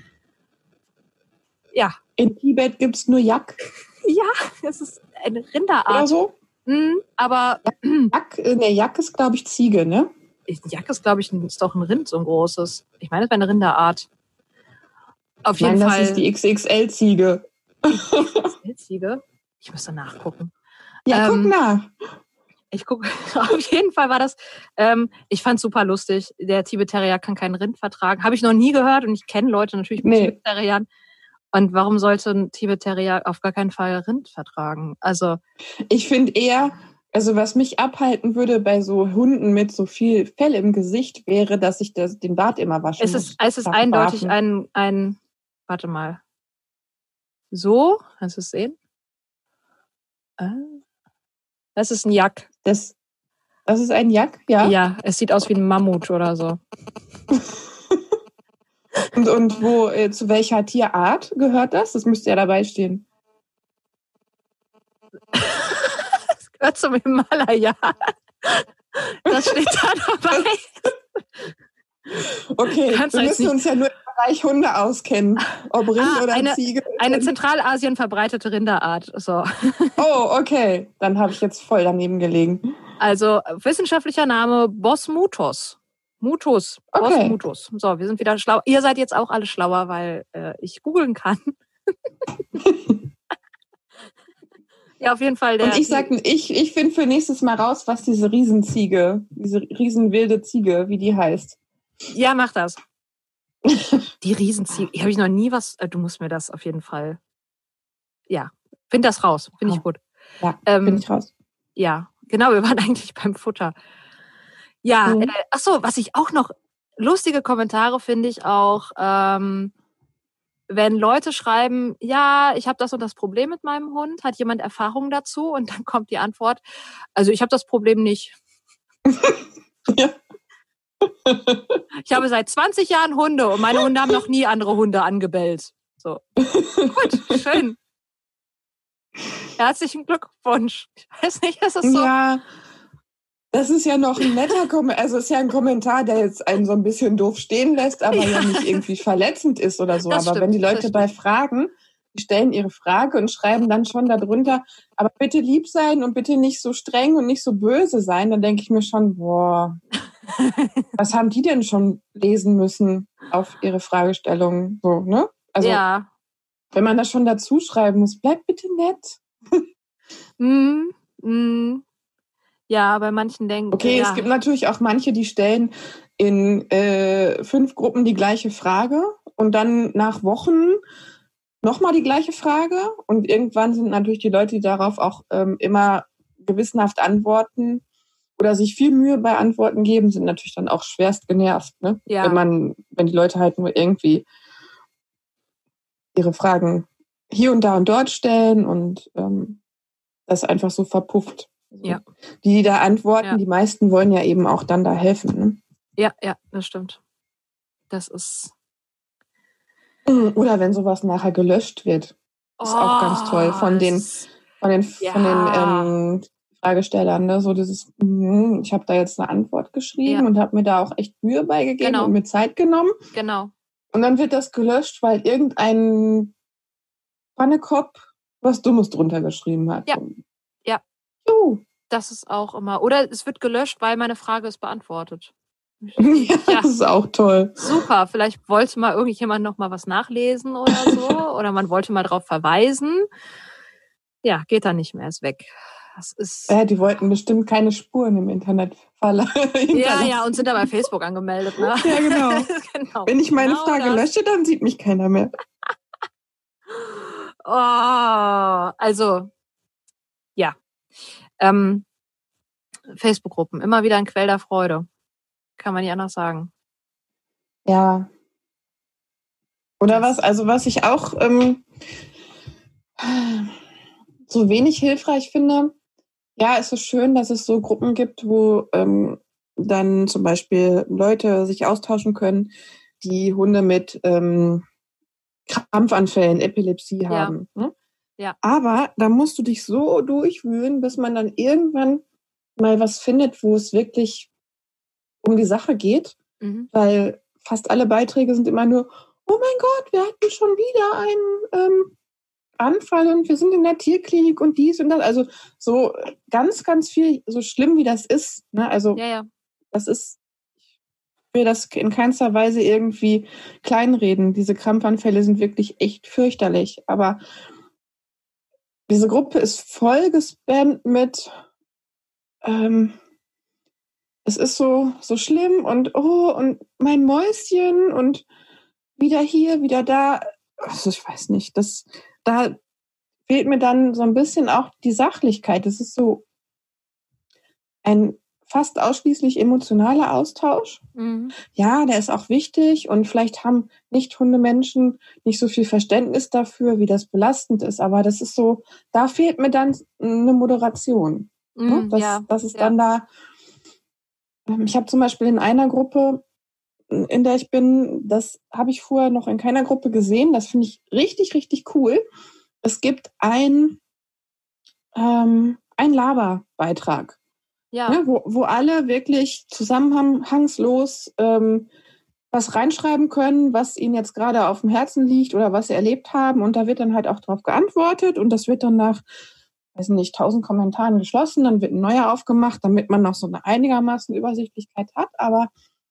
Ja. In Tibet gibt's nur Yak. Ja, es ist eine Rinderart. Oder so? Mhm, aber Yak, ne, Yak ist, glaube ich, Ziege, ne? Yak ist, glaube ich, ist doch ein Rind, so ein großes. Ich meine, das wäre eine Rinderart. Auf jeden Nein, Fall. Das ist die X X L-Ziege. X X L-Ziege? Ich müsste nachgucken. Ja, ähm, guck nach. Ich gucke. Auf jeden Fall war das, ähm, ich fand es super lustig. Der Tibet-Terrier kann keinen Rind vertragen. Habe ich noch nie gehört und ich kenne Leute natürlich mit nee. Tibet-Terriern. Und warum sollte ein Tibet-Terrier auf gar keinen Fall Rind vertragen? Also ich finde eher, also was mich abhalten würde bei so Hunden mit so viel Fell im Gesicht, wäre, dass ich das, den Bart immer waschen es muss. Ist, es ist eindeutig ein, ein, warte mal, so, kannst du es sehen? Das ist ein Yak. Das, das ist ein Yak, ja? Ja, es sieht aus wie ein Mammut oder so. und, und wo, äh, zu welcher Tierart gehört das? Das müsste ja dabei stehen. Das gehört zum Himalaya. Das steht da dabei. Okay, Kannst wir müssen uns ja nur im Bereich Hunde auskennen. Ob Rind ah, oder eine, Ziege. Eine Zentralasien verbreitete Rinderart. So. Oh, okay. Dann habe ich jetzt voll daneben gelegen. Also wissenschaftlicher Name Bosmuthos. Mutus. Okay. Bosmuthos. So, wir sind wieder schlau. Ihr seid jetzt auch alle schlauer, weil äh, ich googeln kann. Ja, auf jeden Fall. Der Und ich sag, ich, ich finde für nächstes Mal raus, was diese Riesenziege, diese riesenwilde Ziege, wie die heißt. Ja, mach das. Die Riesenziege. Habe ich noch nie was. Du musst mir das auf jeden Fall. Ja, find das raus. Finde ich gut. Ja, ähm, finde ich raus. Ja, genau. Wir waren eigentlich beim Futter. Ja, mhm. äh, ach so, was ich auch noch lustige Kommentare finde ich auch, ähm, wenn Leute schreiben, ja, ich habe das und das Problem mit meinem Hund, hat jemand Erfahrung dazu? Und dann kommt die Antwort, also ich habe das Problem nicht. Ja. Ich habe seit zwanzig Jahren Hunde und meine Hunde haben noch nie andere Hunde angebellt. So. Gut, schön. Herzlichen Glückwunsch. Ich weiß nicht, ist das so? Ja, das ist ja noch ein netter Kommentar. Also es ist ja ein Kommentar, der jetzt einen so ein bisschen doof stehen lässt, aber ja, ja nicht irgendwie verletzend ist oder so. Das aber stimmt, wenn die Leute bei Fragen, die stellen ihre Frage und schreiben dann schon darunter, aber bitte lieb sein und bitte nicht so streng und nicht so böse sein, dann denke ich mir schon, boah, was haben die denn schon lesen müssen auf ihre Fragestellungen? So, ne? Also, ja. Wenn man das schon dazu schreiben muss, bleib bitte nett. mm, mm. Ja, bei manchen denken... Okay, ja. Es gibt natürlich auch manche, die stellen in äh, fünf Gruppen die gleiche Frage und dann nach Wochen nochmal die gleiche Frage und irgendwann sind natürlich die Leute, die darauf auch ähm, immer gewissenhaft antworten oder sich viel Mühe bei Antworten geben, sind natürlich dann auch schwerst genervt, ne? Ja. Wenn man, wenn die Leute halt nur irgendwie ihre Fragen hier und da und dort stellen und ähm, das einfach so verpufft. Also Ja. die, die da antworten, Ja. die meisten wollen ja eben auch dann da helfen. Ne? Ja, ja, das stimmt. Das ist... Oder wenn sowas nachher gelöscht wird. Ist oh, auch ganz toll von den, von den, ja. von den ähm, Fragestellern. Ne? So dieses, mh, ich habe da jetzt eine Antwort geschrieben Ja. und habe mir da auch echt Mühe beigegeben Genau. und mir Zeit genommen. Genau. Und dann wird das gelöscht, weil irgendein Pannekopf was Dummes drunter geschrieben hat. Ja. Ja. Juhu. Das ist auch immer. Oder es wird gelöscht, weil meine Frage ist beantwortet. Ja, Ja. das ist auch toll. Super. Vielleicht wollte mal irgendjemand noch mal was nachlesen oder so. Oder man wollte mal drauf verweisen. Ja, geht dann nicht mehr, ist weg. Das ist. Ja, die wollten bestimmt keine Spuren im Internet hinterlassen. Ja, ja, und sind da bei Facebook angemeldet, ne? Ja, genau. Genau. Wenn ich meine Genau Frage das. lösche, dann sieht mich keiner mehr. Oh, also, ja. Ähm, Facebook-Gruppen, immer wieder ein Quell der Freude. Kann man nicht anders sagen. Ja. Oder Das- was, also was ich auch ähm, so wenig hilfreich finde, ja, es ist schön, dass es so Gruppen gibt, wo ähm, dann zum Beispiel Leute sich austauschen können, die Hunde mit ähm, Krampfanfällen, Epilepsie Ja. haben. Ne? Ja. Aber da musst du dich so durchwühlen, bis man dann irgendwann mal was findet, wo es wirklich um die Sache geht. Mhm. Weil fast alle Beiträge sind immer nur, oh mein Gott, wir hatten schon wieder einen ähm, Anfall und wir sind in der Tierklinik und dies und das. Also so ganz, ganz viel, so schlimm wie das ist. Ne? Also Ja, ja. das ist, ich will das in keinster Weise irgendwie kleinreden. Diese Krampfanfälle sind wirklich echt fürchterlich. Aber diese Gruppe ist voll gespammt mit ähm, es ist so, so schlimm und oh, und mein Mäuschen und wieder hier, wieder da. Also ich weiß nicht, das, da fehlt mir dann so ein bisschen auch die Sachlichkeit. Das ist so ein fast ausschließlich emotionaler Austausch. Mhm. Ja, der ist auch wichtig und vielleicht haben Nicht-Hundemenschen nicht so viel Verständnis dafür, wie das belastend ist. Aber das ist so, da fehlt mir dann eine Moderation. Mhm, Das, ja. das ist ja. dann da. Ich habe zum Beispiel in einer Gruppe, in der ich bin, das habe ich vorher noch in keiner Gruppe gesehen. Das finde ich richtig, richtig cool. Es gibt ein, ähm, ein Laberbeitrag, Ja. ne, wo, wo alle wirklich zusammenhangslos ähm, was reinschreiben können, was ihnen jetzt gerade auf dem Herzen liegt oder was sie erlebt haben. Und da wird dann halt auch drauf geantwortet und das wird dann nach, weiß nicht, tausend Kommentaren geschlossen. Dann wird ein neuer aufgemacht, damit man noch so eine einigermaßen Übersichtlichkeit hat. Aber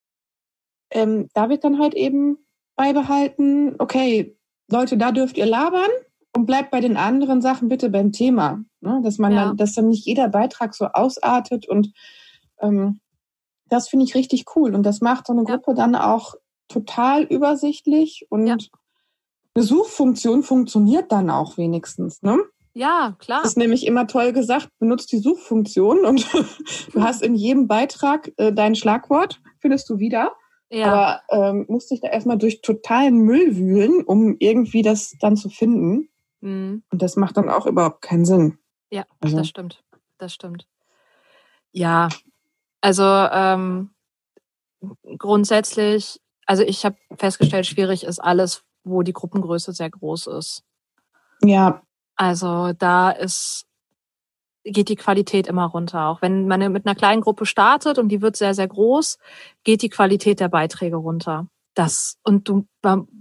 ähm, da wird dann halt eben beibehalten, okay, Leute, da dürft ihr labern und bleibt bei den anderen Sachen bitte beim Thema. Ne? Dass man Ja. dann, dass dann nicht jeder Beitrag so ausartet und ähm, das finde ich richtig cool. Und das macht so eine Ja. Gruppe dann auch total übersichtlich und Ja. eine Suchfunktion funktioniert dann auch wenigstens, ne? Ja, klar. Das ist nämlich immer toll gesagt, benutzt die Suchfunktion und du hast in jedem Beitrag äh, dein Schlagwort, findest du wieder. Ja. Aber ähm, musst dich da erstmal durch totalen Müll wühlen, um irgendwie das dann zu finden. Mhm. Und das macht dann auch überhaupt keinen Sinn. Ja, Also. das stimmt. Das stimmt. Ja, also ähm, grundsätzlich, also ich habe festgestellt, schwierig ist alles, wo die Gruppengröße sehr groß ist. Ja. Also da ist, geht die Qualität immer runter. Auch wenn man mit einer kleinen Gruppe startet und die wird sehr, sehr groß, geht die Qualität der Beiträge runter. Das, und du,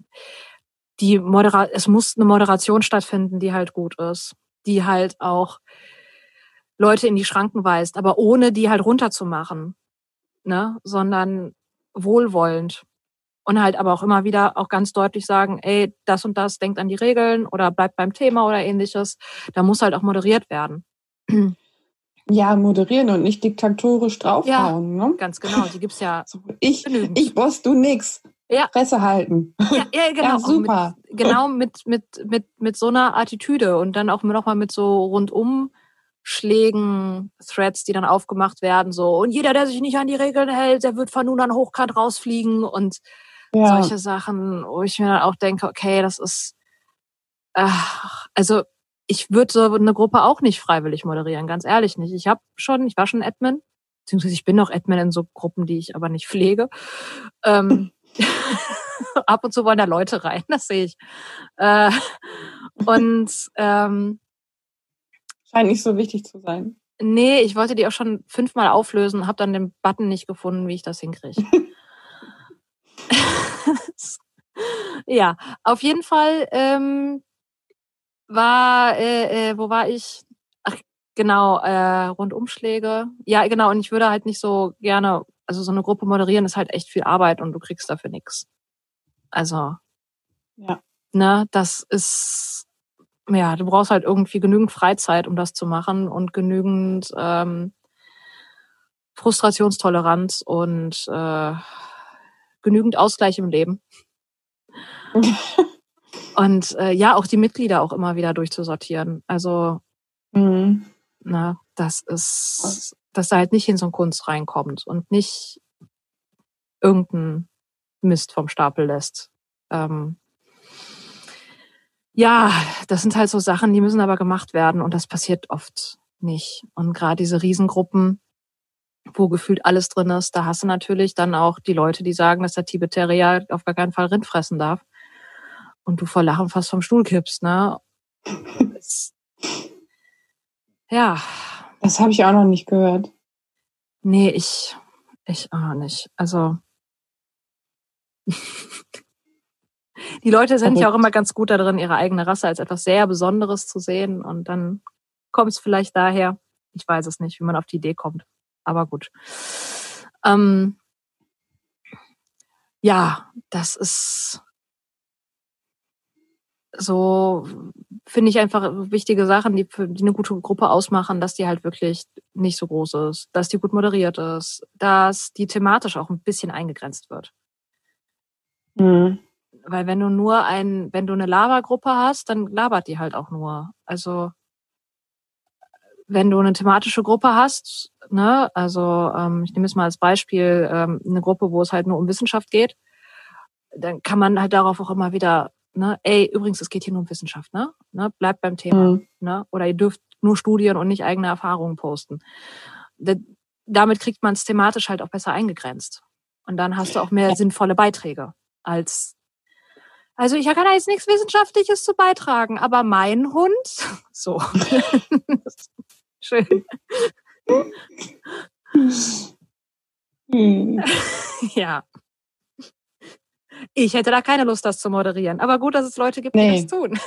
die Modera- es muss eine Moderation stattfinden, die halt gut ist. Die halt auch Leute in die Schranken weist, aber ohne die halt runterzumachen, ne, sondern wohlwollend. Und halt aber auch immer wieder auch ganz deutlich sagen, ey, das und das, denkt an die Regeln oder bleibt beim Thema oder ähnliches. Da muss halt auch moderiert werden. Ja, moderieren und nicht diktatorisch draufhauen. Ja, ne? Ganz genau. Die gibt's ja so, ich, genügend. ich boss, du nix. Ja. Fresse halten. Ja, ja genau. Ja, super. Mit, genau mit, mit, mit, mit so einer Attitüde und dann auch nochmal mit so rundum Schlägen, Threads, die dann aufgemacht werden, so, und jeder, der sich nicht an die Regeln hält, der wird von nun an hochkant rausfliegen und ja. solche Sachen, wo ich mir dann auch denke, okay, das ist, ach, also ich würde so eine Gruppe auch nicht freiwillig moderieren, ganz ehrlich nicht. Ich habe schon, ich war schon Admin, beziehungsweise ich bin noch Admin in so Gruppen, die ich aber nicht pflege. Ähm, ab und zu wollen da Leute rein, das sehe ich. Äh, und ähm, scheint nicht so wichtig zu sein. Nee, ich wollte die auch schon fünfmal auflösen, habe dann den Button nicht gefunden, wie ich das hinkriege. Ja, auf jeden Fall ähm, war, äh, äh, wo war ich? Ach, genau, äh, Rundumschläge. Ja, genau, und ich würde halt nicht so gerne, also so eine Gruppe moderieren ist halt echt viel Arbeit und du kriegst dafür nichts. Also, ja. ne, das ist, ja, du brauchst halt irgendwie genügend Freizeit, um das zu machen und genügend ähm, Frustrationstoleranz und äh, genügend Ausgleich im Leben. Und äh, ja, auch die Mitglieder auch immer wieder durchzusortieren. Also, mhm. na, das ist, dass da halt nicht in so ein Kunst reinkommt und nicht irgendein Mist vom Stapel lässt. Ähm, ja, das sind halt so Sachen, die müssen aber gemacht werden und das passiert oft nicht. Und gerade diese Riesengruppen, wo gefühlt alles drin ist, da hast du natürlich dann auch die Leute, die sagen, dass der Tibet-Terrier auf gar keinen Fall Rind fressen darf. Und du vor Lachen fast vom Stuhl kippst, ne? Das, ja. Das habe ich auch noch nicht gehört. Nee, ich, ich auch nicht. Also, die Leute sind ja auch immer ganz gut darin, ihre eigene Rasse als etwas sehr Besonderes zu sehen. Und dann kommt es vielleicht daher. Ich weiß es nicht, wie man auf die Idee kommt. Aber gut. Ähm, ja, das ist so, finde ich einfach wichtige Sachen, die, für, die eine gute Gruppe ausmachen, dass die halt wirklich nicht so groß ist, dass die gut moderiert ist, dass die thematisch auch ein bisschen eingegrenzt wird. Mhm. Weil wenn du nur ein, wenn du eine Labergruppe hast, dann labert die halt auch nur. Also wenn du eine thematische Gruppe hast, ne, also ähm, ich nehme jetzt mal als Beispiel ähm, eine Gruppe, wo es halt nur um Wissenschaft geht, dann kann man halt darauf auch immer wieder, ne, ey, übrigens, es geht hier nur um Wissenschaft, ne? ne bleibt beim Thema, mhm. ne? Oder ihr dürft nur Studien und nicht eigene Erfahrungen posten. Da, damit kriegt man es thematisch halt auch besser eingegrenzt. Und dann hast du auch mehr ja. sinnvolle Beiträge als, also ich kann da jetzt nichts Wissenschaftliches zu beitragen, aber mein Hund, so. Schön. Hm. Ja. Ich hätte da keine Lust, das zu moderieren. Aber gut, dass es Leute gibt, nee. die das tun.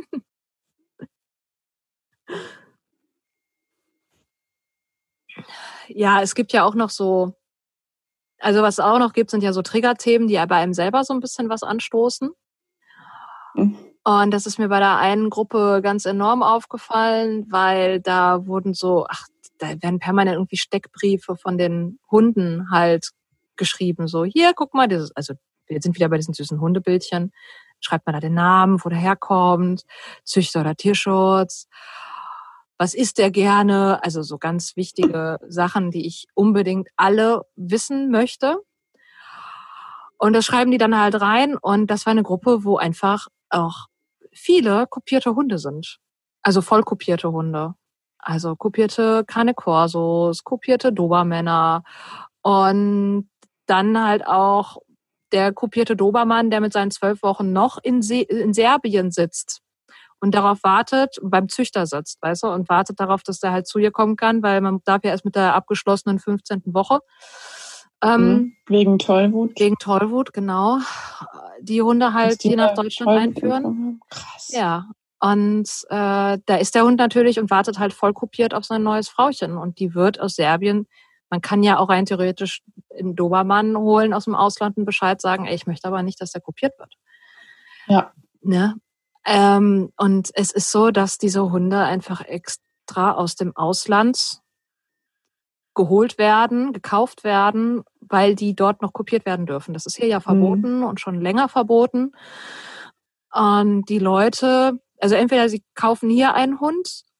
Ja, es gibt ja auch noch so, also was es auch noch gibt, sind ja so Triggerthemen, die bei einem selber so ein bisschen was anstoßen. Mhm. Und das ist mir bei der einen Gruppe ganz enorm aufgefallen, weil da wurden so, ach, da werden permanent irgendwie Steckbriefe von den Hunden halt geschrieben. So, hier, guck mal, dieses, also wir sind wieder bei diesen süßen Hundebildchen. Schreibt man da den Namen, wo der herkommt, Züchter oder Tierschutz. Was isst der gerne? Also so ganz wichtige Sachen, die ich unbedingt alle wissen möchte. Und das schreiben die dann halt rein. Und das war eine Gruppe, wo einfach auch viele kopierte Hunde sind. Also voll kopierte Hunde. Also kopierte Cane Corsos, kopierte Dobermänner und dann halt auch der kopierte Dobermann, der mit seinen zwölf Wochen noch in, Se- in Serbien sitzt und darauf wartet, beim Züchter sitzt, weißt du, und wartet darauf, dass der halt zu ihr kommen kann, weil man darf ja erst mit der abgeschlossenen fünfzehnten Woche. Ähm, wegen Tollwut. Wegen Tollwut, genau. Die Hunde halt hier nach Deutschland einführen. Krass. Ja. Und äh, da ist der Hund natürlich und wartet halt voll kopiert auf sein neues Frauchen. Und die wird aus Serbien, man kann ja auch rein theoretisch einen Dobermann holen aus dem Ausland und Bescheid sagen, ey, ich möchte aber nicht, dass der kopiert wird. Ja. Ne? Ähm, und es ist so, dass diese Hunde einfach extra aus dem Ausland geholt werden, gekauft werden, weil die dort noch kopiert werden dürfen. Das ist hier ja verboten mhm. und schon länger verboten. Und die Leute, also entweder sie kaufen hier einen Hund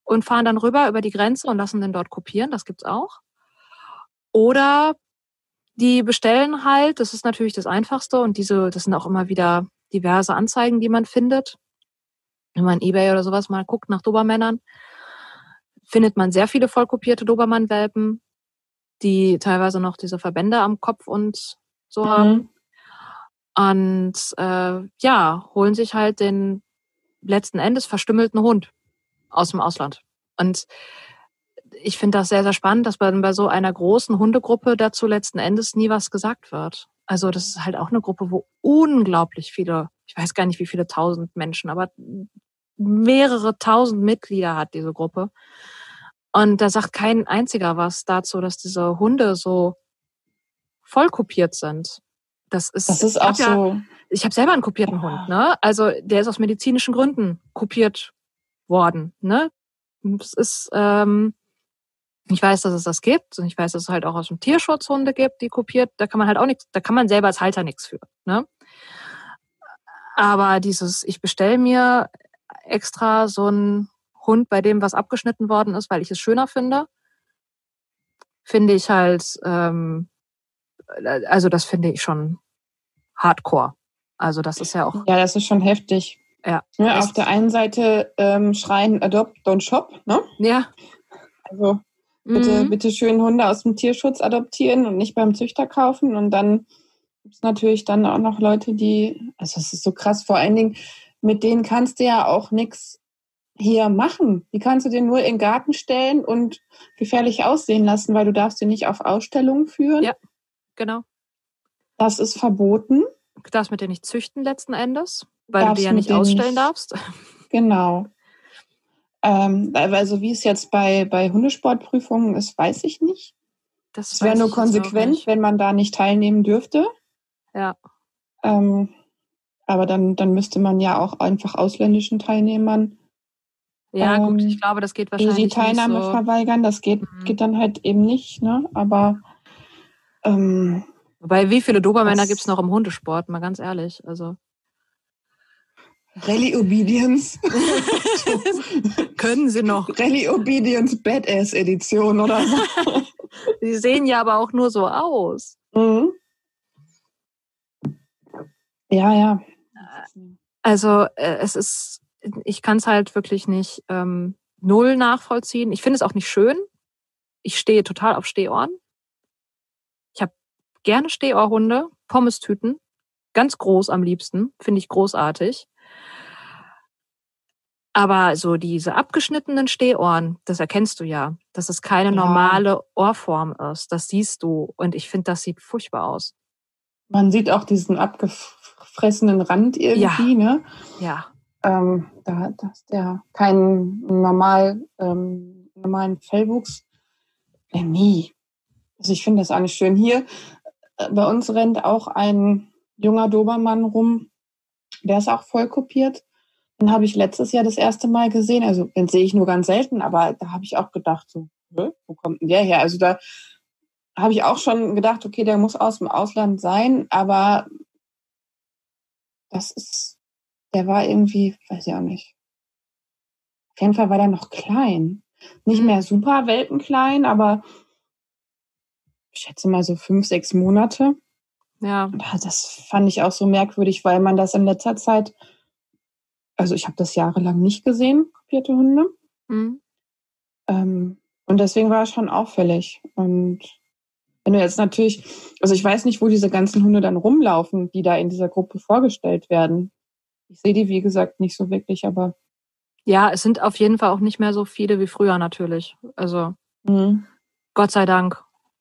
und fahren dann rüber über die Grenze und lassen den dort kopieren. Das gibt's auch. Oder die bestellen halt, das ist natürlich das Einfachste und diese, das sind auch immer wieder diverse Anzeigen, die man findet. Wenn man eBay oder sowas mal guckt nach Dobermännern, findet man sehr viele vollkopierte Dobermann-Welpen, die teilweise noch diese Verbände am Kopf und so mhm. haben. Und äh, ja, holen sich halt den letzten Endes verstümmelten Hund aus dem Ausland. Und ich finde das sehr, sehr spannend, dass bei, bei so einer großen Hundegruppe dazu letzten Endes nie was gesagt wird. Also das ist halt auch eine Gruppe, wo unglaublich viele, ich weiß gar nicht, wie viele tausend Menschen, aber mehrere tausend Mitglieder hat diese Gruppe. Und da sagt kein einziger was dazu, dass diese Hunde so voll kopiert sind. Das ist, das ist auch ich hab so. Ja, ich habe selber einen kopierten ja. Hund, ne? Also der ist aus medizinischen Gründen kopiert worden, ne? Es ist, ähm, ich weiß, dass es das gibt und ich weiß, dass es halt auch aus dem Tierschutz Hunde gibt, die kopiert. Da kann man halt auch nichts, da kann man selber als Halter nichts für, ne? Aber dieses, ich bestelle mir extra so einen Hund, bei dem was abgeschnitten worden ist, weil ich es schöner finde, finde ich halt, ähm, also das finde ich schon hardcore. Also das ist ja auch... Ja, das ist schon heftig. Ja. ja auf der einen Seite ähm, schreien Adopt, don't shop, ne? Ja. Also bitte, mhm. bitte schön Hunde aus dem Tierschutz adoptieren und nicht beim Züchter kaufen. Und dann gibt es natürlich dann auch noch Leute, die, also das ist so krass, vor allen Dingen, mit denen kannst du ja auch nichts hier machen. Die kannst du dir nur in den Garten stellen und gefährlich aussehen lassen, weil du darfst sie nicht auf Ausstellungen führen. Ja, genau. Das ist verboten. Du darfst mit denen nicht züchten letzten Endes, weil darfst du die ja nicht ausstellen nicht, darfst. Genau. Ähm, also wie es jetzt bei, bei Hundesportprüfungen ist, weiß ich nicht. Das, das wäre nur konsequent, wenn man da nicht teilnehmen dürfte. Ja. Ähm, aber dann, dann müsste man ja auch einfach ausländischen Teilnehmern ja, ähm, gut, ich glaube, das geht wahrscheinlich die Teilnahme nicht so. verweigern. Das geht, mhm. geht dann halt eben nicht, ne? Aber ähm, wobei, wie viele Dobermänner gibt es noch im Hundesport, mal ganz ehrlich. Also Rally Obedience. Können sie noch. Rally Obedience Badass Edition oder so. Sie sehen ja aber auch nur so aus. Mhm. Ja, ja. Also äh, es ist, ich kann es halt wirklich nicht ähm, null nachvollziehen. Ich finde es auch nicht schön. Ich stehe total auf Stehohren. Ich habe gerne Stehohrhunde, Pommes-Tüten, ganz groß am liebsten, finde ich großartig. Aber so diese abgeschnittenen Stehohren, das erkennst du ja, dass es keine ja. normale Ohrform ist. Das siehst du. Und ich finde, das sieht furchtbar aus. Man sieht auch diesen abgefressenen Rand irgendwie, ja. ne? Ja. Ähm, da dass der keinen normal, ähm, normalen Fellwuchs. Äh, nie. Also ich finde das auch nicht schön. Hier äh, bei uns rennt auch ein junger Dobermann rum. Der ist auch voll kopiert. Den habe ich letztes Jahr das erste Mal gesehen. Also den sehe ich nur ganz selten, aber da habe ich auch gedacht, so, wo kommt denn der her? Also da habe ich auch schon gedacht, okay, der muss aus dem Ausland sein, aber das ist, der war irgendwie, weiß ich auch nicht. Auf jeden Fall war der noch klein. Nicht mhm. mehr super welpenklein, aber ich schätze mal so fünf, sechs Monate. Ja. Das fand ich auch so merkwürdig, weil man das in letzter Zeit, also ich habe das jahrelang nicht gesehen, kopierte Hunde. Mhm. Ähm, und deswegen war es schon auffällig. Und wenn du jetzt natürlich, also ich weiß nicht, wo diese ganzen Hunde dann rumlaufen, die da in dieser Gruppe vorgestellt werden. Ich sehe die, wie gesagt, nicht so wirklich, aber... Ja, es sind auf jeden Fall auch nicht mehr so viele wie früher natürlich. Also mhm. Gott sei Dank.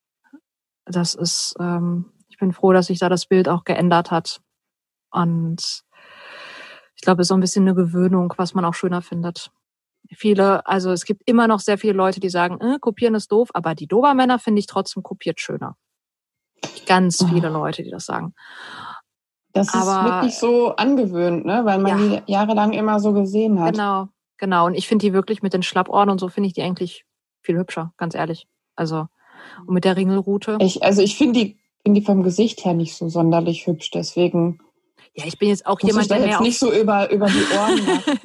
Das ist, ähm, ich bin froh, dass sich da das Bild auch geändert hat. Und ich glaube, es ist so ein bisschen eine Gewöhnung, was man auch schöner findet. Viele, also es gibt immer noch sehr viele Leute, die sagen, äh, kopieren ist doof, aber die Dobermänner finde ich trotzdem kopiert schöner. Ganz viele oh. Leute, die das sagen. Das aber, ist wirklich so angewöhnt, ne? Weil man ja. die jahrelang immer so gesehen hat. Genau, genau. Und ich finde die wirklich mit den Schlappohren und so, finde ich die eigentlich viel hübscher, ganz ehrlich. Also, und mit der Ringelrute. Ich, also ich finde die, find die vom Gesicht her nicht so sonderlich hübsch, deswegen... Ja, ich bin jetzt auch muss jemand, ich da der jetzt mehr nicht so über, über die Ohren macht.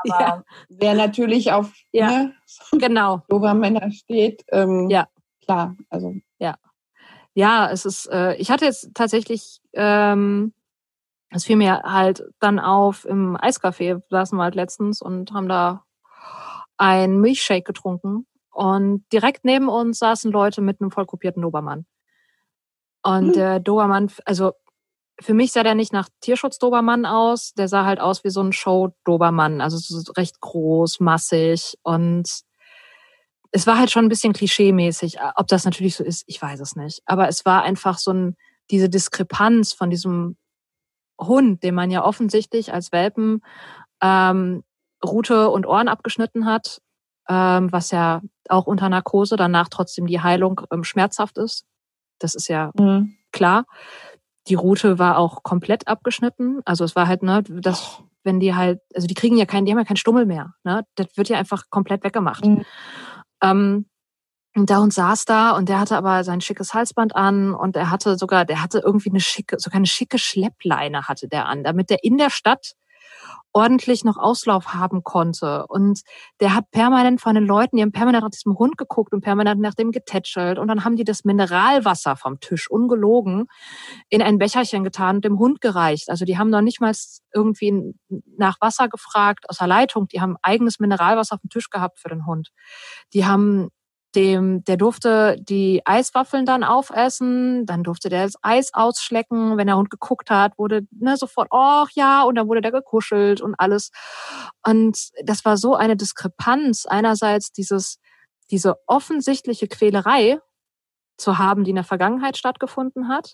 Aber ja. wer natürlich auf ja. ne, genau. Dobermänner steht, ähm, ja. klar. Also. Ja. Ja, es ist, äh, ich hatte jetzt tatsächlich, ähm, es fiel mir halt dann auf, im Eiscafé saßen wir halt letztens und haben da einen Milchshake getrunken. Und direkt neben uns saßen Leute mit einem voll kopierten Dobermann. Und der Dobermann, also für mich sah der nicht nach Tierschutz-Dobermann aus, der sah halt aus wie so ein Show-Dobermann, also so recht groß, massig und es war halt schon ein bisschen klischee-mäßig. Ob das natürlich so ist, ich weiß es nicht. Aber es war einfach so ein, diese Diskrepanz von diesem Hund, den man ja offensichtlich als Welpen ähm, Rute und Ohren abgeschnitten hat, ähm, was ja auch unter Narkose danach trotzdem die Heilung ähm, schmerzhaft ist. Das ist ja mhm. klar. Die Rute war auch komplett abgeschnitten. Also es war halt, ne, das, wenn die halt, also die kriegen ja keinen, die haben ja keinen Stummel mehr. Ne? Das wird ja einfach komplett weggemacht. Mhm. Ähm, und der Hund saß da und der hatte aber sein schickes Halsband an und er hatte sogar, der hatte irgendwie eine schicke, sogar eine schicke Schleppleine hatte der an, damit der in der Stadt ordentlich noch Auslauf haben konnte. Und der hat permanent von den Leuten, die haben permanent nach diesem Hund geguckt und permanent nach dem getätschelt. Und dann haben die das Mineralwasser vom Tisch, ungelogen, in ein Becherchen getan und dem Hund gereicht. Also die haben noch nicht mal irgendwie nach Wasser gefragt aus der Leitung. Die haben eigenes Mineralwasser auf dem Tisch gehabt für den Hund. Die haben dem, der durfte die Eiswaffeln dann aufessen, dann durfte der das Eis ausschlecken. Wenn der Hund geguckt hat, wurde ne, sofort, oh ja, und dann wurde der gekuschelt und alles. Und das war so eine Diskrepanz. Einerseits dieses, diese offensichtliche Quälerei zu haben, die in der Vergangenheit stattgefunden hat.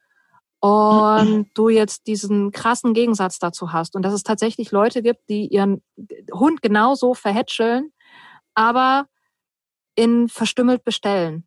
Und du jetzt diesen krassen Gegensatz dazu hast. Und dass es tatsächlich Leute gibt, die ihren Hund genauso verhätscheln, aber in verstümmelt bestellen.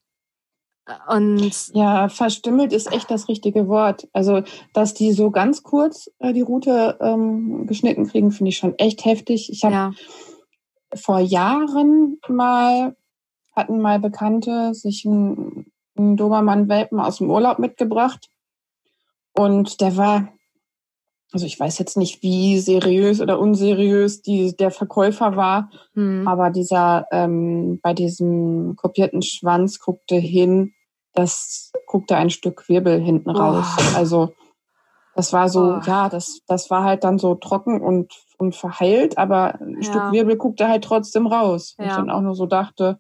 Und ja, verstümmelt ist echt das richtige Wort. Also, dass die so ganz kurz äh, die Route ähm, geschnitten kriegen, finde ich schon echt heftig. Ich habe ja. vor Jahren mal, hatten mal Bekannte sich einen, einen Dobermann-Welpen aus dem Urlaub mitgebracht. Und der war, also ich weiß jetzt nicht, wie seriös oder unseriös die, der Verkäufer war, hm. aber dieser ähm, bei diesem kopierten Schwanz guckte hin, das guckte ein Stück Wirbel hinten oh. raus. Also das war so, oh. ja, das das war halt dann so trocken und und verheilt, aber ein ja. Stück Wirbel guckte halt trotzdem raus. Ja. Und ich dann auch nur so dachte,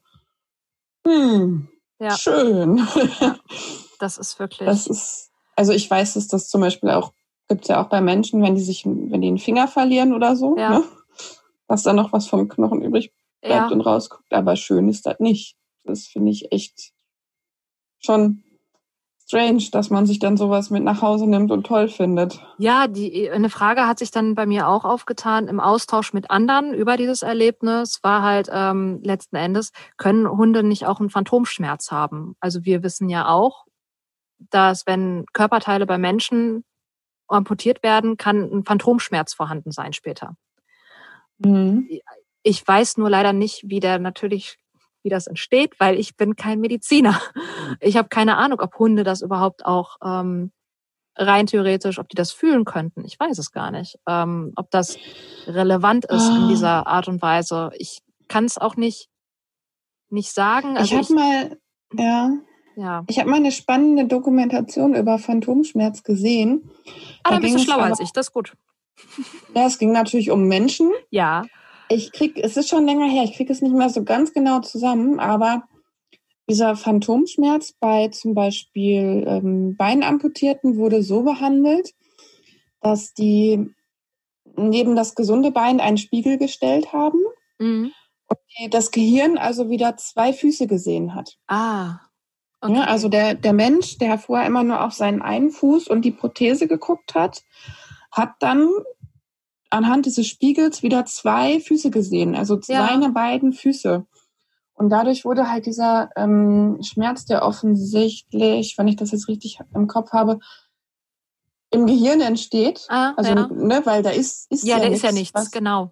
hm, ja. schön. Ja. Das ist wirklich. Das ist, also ich weiß, dass das zum Beispiel auch gibt's ja auch bei Menschen, wenn die sich, wenn die einen Finger verlieren oder so, ja. ne? Dass da noch was vom Knochen übrig bleibt ja. und rausguckt. Aber schön ist das nicht. Das finde ich echt schon strange, dass man sich dann sowas mit nach Hause nimmt und toll findet. Ja, die, eine Frage hat sich dann bei mir auch aufgetan im Austausch mit anderen über dieses Erlebnis. War halt ähm, letzten Endes, können Hunde nicht auch einen Phantomschmerz haben? Also wir wissen ja auch, dass wenn Körperteile bei Menschen amputiert werden, kann ein Phantomschmerz vorhanden sein später. Mhm. Ich weiß nur leider nicht, wie der natürlich, wie das entsteht, weil ich bin kein Mediziner. Ich habe keine Ahnung, ob Hunde das überhaupt auch ähm, rein theoretisch, ob die das fühlen könnten. Ich weiß es gar nicht, ähm, ob das relevant ist oh. in dieser Art und Weise. Ich kann es auch nicht nicht sagen. Also ich habe mal, ja. Ja. Ich habe mal eine spannende Dokumentation über Phantomschmerz gesehen. Ah, da bist du schlauer als ich, das ist gut. Ja, es ging natürlich um Menschen. Ja. Ich krieg, es ist schon länger her, ich kriege es nicht mehr so ganz genau zusammen, aber dieser Phantomschmerz bei zum Beispiel ähm, Beinamputierten wurde so behandelt, dass die neben das gesunde Bein einen Spiegel gestellt haben mhm. und die, das Gehirn also wieder zwei Füße gesehen hat. Ah. Okay. Ja, also der, der Mensch, der vorher immer nur auf seinen einen Fuß und die Prothese geguckt hat, hat dann anhand dieses Spiegels wieder zwei Füße gesehen, also ja. seine beiden Füße. Und dadurch wurde halt dieser ähm, Schmerz, der offensichtlich, wenn ich das jetzt richtig im Kopf habe, im Gehirn entsteht. Ah, also, ja. ne, weil da ist, ist ja, ja da nichts. ist ja nichts, was, genau.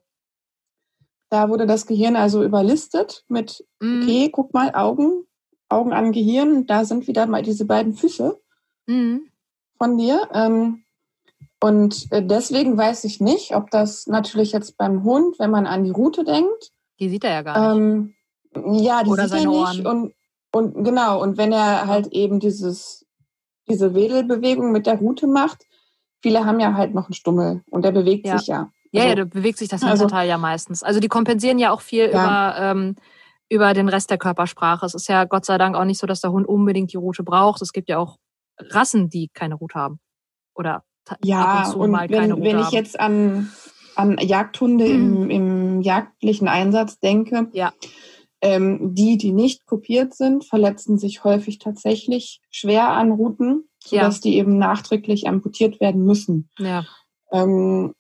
Da wurde das Gehirn also überlistet mit, mm. okay, guck mal, Augen, Augen an Gehirn, da sind wieder mal diese beiden Füße mm. von dir. Ähm, Und deswegen weiß ich nicht, ob das natürlich jetzt beim Hund, wenn man an die Rute denkt. Die sieht er ja gar nicht. Ähm, ja, die Oder sieht er nicht. Und, und genau, und wenn er halt eben dieses, diese Wedelbewegung mit der Rute macht, viele haben ja halt noch einen Stummel und der bewegt ja. sich ja. Ja, also, ja, da bewegt sich das Hinterteil also, ja meistens. Also die kompensieren ja auch viel ja. über, ähm, über den Rest der Körpersprache. Es ist ja Gott sei Dank auch nicht so, dass der Hund unbedingt die Rute braucht. Es gibt ja auch Rassen, die keine Rute haben. Oder ja, ab und zu und mal wenn, keine Rute wenn ich haben. jetzt an, an Jagdhunde mhm. im, im jagdlichen Einsatz denke, ja. ähm, die, die nicht kopiert sind, verletzen sich häufig tatsächlich schwer an Ruten, sodass ja. die eben nachträglich amputiert werden müssen. Ja. Ähm,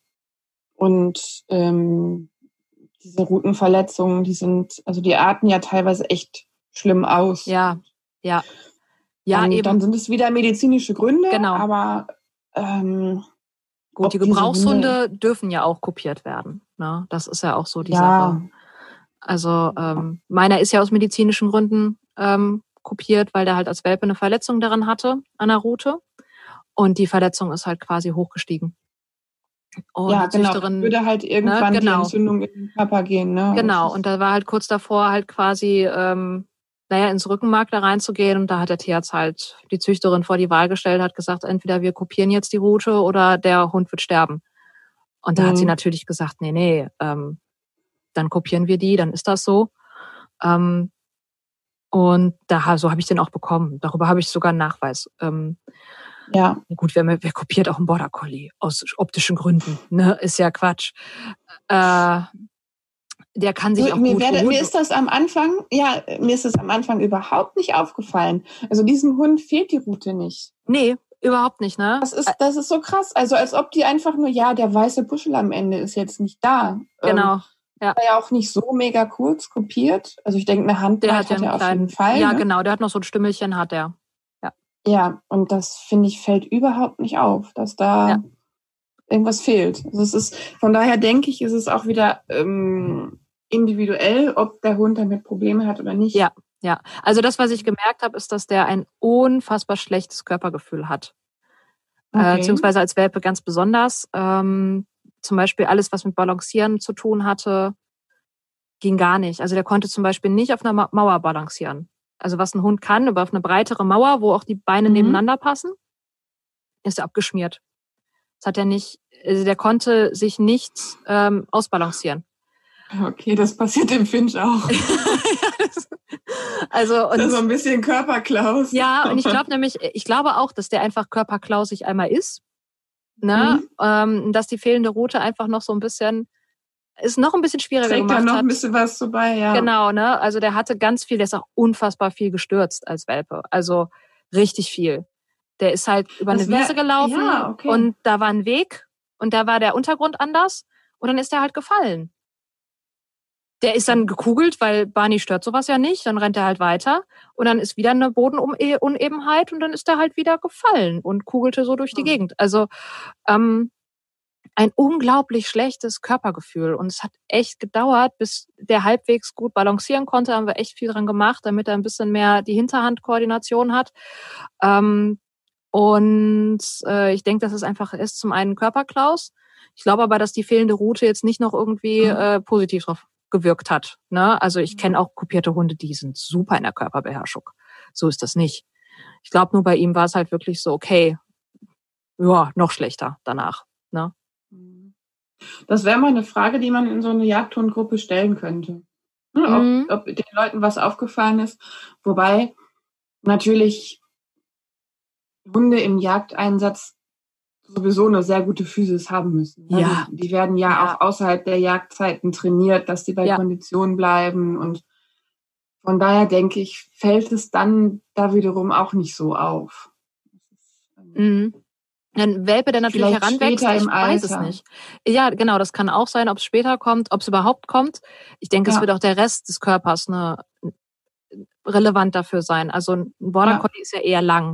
und ähm, diese Rutenverletzungen, die sind, also die arten ja teilweise echt schlimm aus. Ja, ja. Ja, dann, eben. Dann sind es wieder medizinische Gründe, genau. aber ähm, gut, die Gebrauchshunde dürfen ja auch kopiert werden. Ne? Das ist ja auch so die ja. Sache. Also ähm, meiner ist ja aus medizinischen Gründen ähm, kopiert, weil der halt als Welpe eine Verletzung daran hatte, an der Rute. Und die Verletzung ist halt quasi hochgestiegen. Und ja, die genau. Züchterin, dann würde halt irgendwann ne, genau. die Entzündung in den Körper gehen. Ne? Genau, und da war halt kurz davor halt quasi, ähm, naja, ins Rückenmark da reinzugehen. Und da hat der Tierarzt halt die Züchterin vor die Wahl gestellt, hat gesagt, entweder wir kopieren jetzt die Rute oder der Hund wird sterben. Und da mhm. hat sie natürlich gesagt, nee, nee, ähm, dann kopieren wir die, dann ist das so. Ähm, und da so habe ich den auch bekommen. Darüber habe ich sogar einen Nachweis. Ähm, ja. Gut, wer, wer kopiert auch einen Border Collie aus optischen Gründen? Ne, ist ja Quatsch. Äh, der kann sich du, auch mir gut werde, Mir ist das am Anfang, ja, mir ist das am Anfang überhaupt nicht aufgefallen. Also diesem Hund fehlt die Rute nicht. Nee, überhaupt nicht, ne? Das ist, das ist so krass. Also als ob die einfach nur, ja, der weiße Buschel am Ende ist jetzt nicht da. Genau. Ähm, ja. War ja auch nicht so mega kurz kopiert. Also ich denke, eine Handbreit der hat, ja hat er kleinen, auf jeden Fall. Ja, ne? genau, der hat noch so ein Stümmelchen, hat er. Ja, ja und das, finde ich, fällt überhaupt nicht auf, dass da ja. irgendwas fehlt. Also es ist, von daher denke ich, ist es auch wieder ähm, individuell, ob der Hund damit Probleme hat oder nicht. Ja, ja. Also das, was ich gemerkt habe, ist, dass der ein unfassbar schlechtes Körpergefühl hat. Okay. Äh, beziehungsweise als Welpe ganz besonders. Ähm, zum Beispiel alles, was mit Balancieren zu tun hatte, ging gar nicht. Also der konnte zum Beispiel nicht auf einer Mauer balancieren. Also was ein Hund kann, aber auf eine breitere Mauer, wo auch die Beine mhm. nebeneinander passen, ist er abgeschmiert. Das hat er nicht, also der konnte sich nicht ähm, ausbalancieren. Okay, das passiert dem Finch auch. Also und das ist so ein bisschen Körperklaus. Ja, und ich glaube nämlich, ich glaube auch, dass der einfach körperklausig einmal ist, ne, mhm. ähm, dass die fehlende Rute einfach noch so ein bisschen, ist noch ein bisschen schwieriger Trägt gemacht da noch hat. ein bisschen was vorbei, ja. Genau, ne, also der hatte ganz viel, der ist auch unfassbar viel gestürzt als Welpe, also richtig viel. Der ist halt über das eine wär, Wiese gelaufen ja, okay. und da war ein Weg und da war der Untergrund anders und dann ist er halt gefallen. Der ist dann gekugelt, weil Barney stört sowas ja nicht. Dann rennt er halt weiter und dann ist wieder eine Bodenunebenheit und dann ist er halt wieder gefallen und kugelte so durch die Gegend. Also ähm, ein unglaublich schlechtes Körpergefühl. Und es hat echt gedauert, bis der halbwegs gut balancieren konnte. Haben wir echt viel dran gemacht, damit er ein bisschen mehr die Hinterhandkoordination hat. Ähm, und äh, ich denke, dass es einfach ist, zum einen Körperklaus. Ich glaube aber, dass die fehlende Rute jetzt nicht noch irgendwie mhm. äh, positiv drauf gewirkt hat. Ne? Also ich kenne auch kopierte Hunde, die sind super in der Körperbeherrschung. So ist das nicht. Ich glaube, nur bei ihm war es halt wirklich so, okay, ja, noch schlechter danach. Ne? Das wäre mal eine Frage, die man in so eine Jagdhundgruppe stellen könnte. Ne? Mhm. Ob, ob den Leuten was aufgefallen ist. Wobei natürlich Hunde im Jagdeinsatz sowieso eine sehr gute Physis haben müssen. Ja. Also die werden ja, ja auch außerhalb der Jagdzeiten trainiert, dass sie bei ja. Kondition bleiben und von daher denke ich, fällt es dann da wiederum auch nicht so auf. Mhm. Ein Welpe, der natürlich Vielleicht heranwächst, ich weiß es nicht. Ja, genau, das kann auch sein, ob es später kommt, ob es überhaupt kommt. Ich denke, ja. es wird auch der Rest des Körpers ne, relevant dafür sein. Also ein Border Collie ja. ist ja eher lang.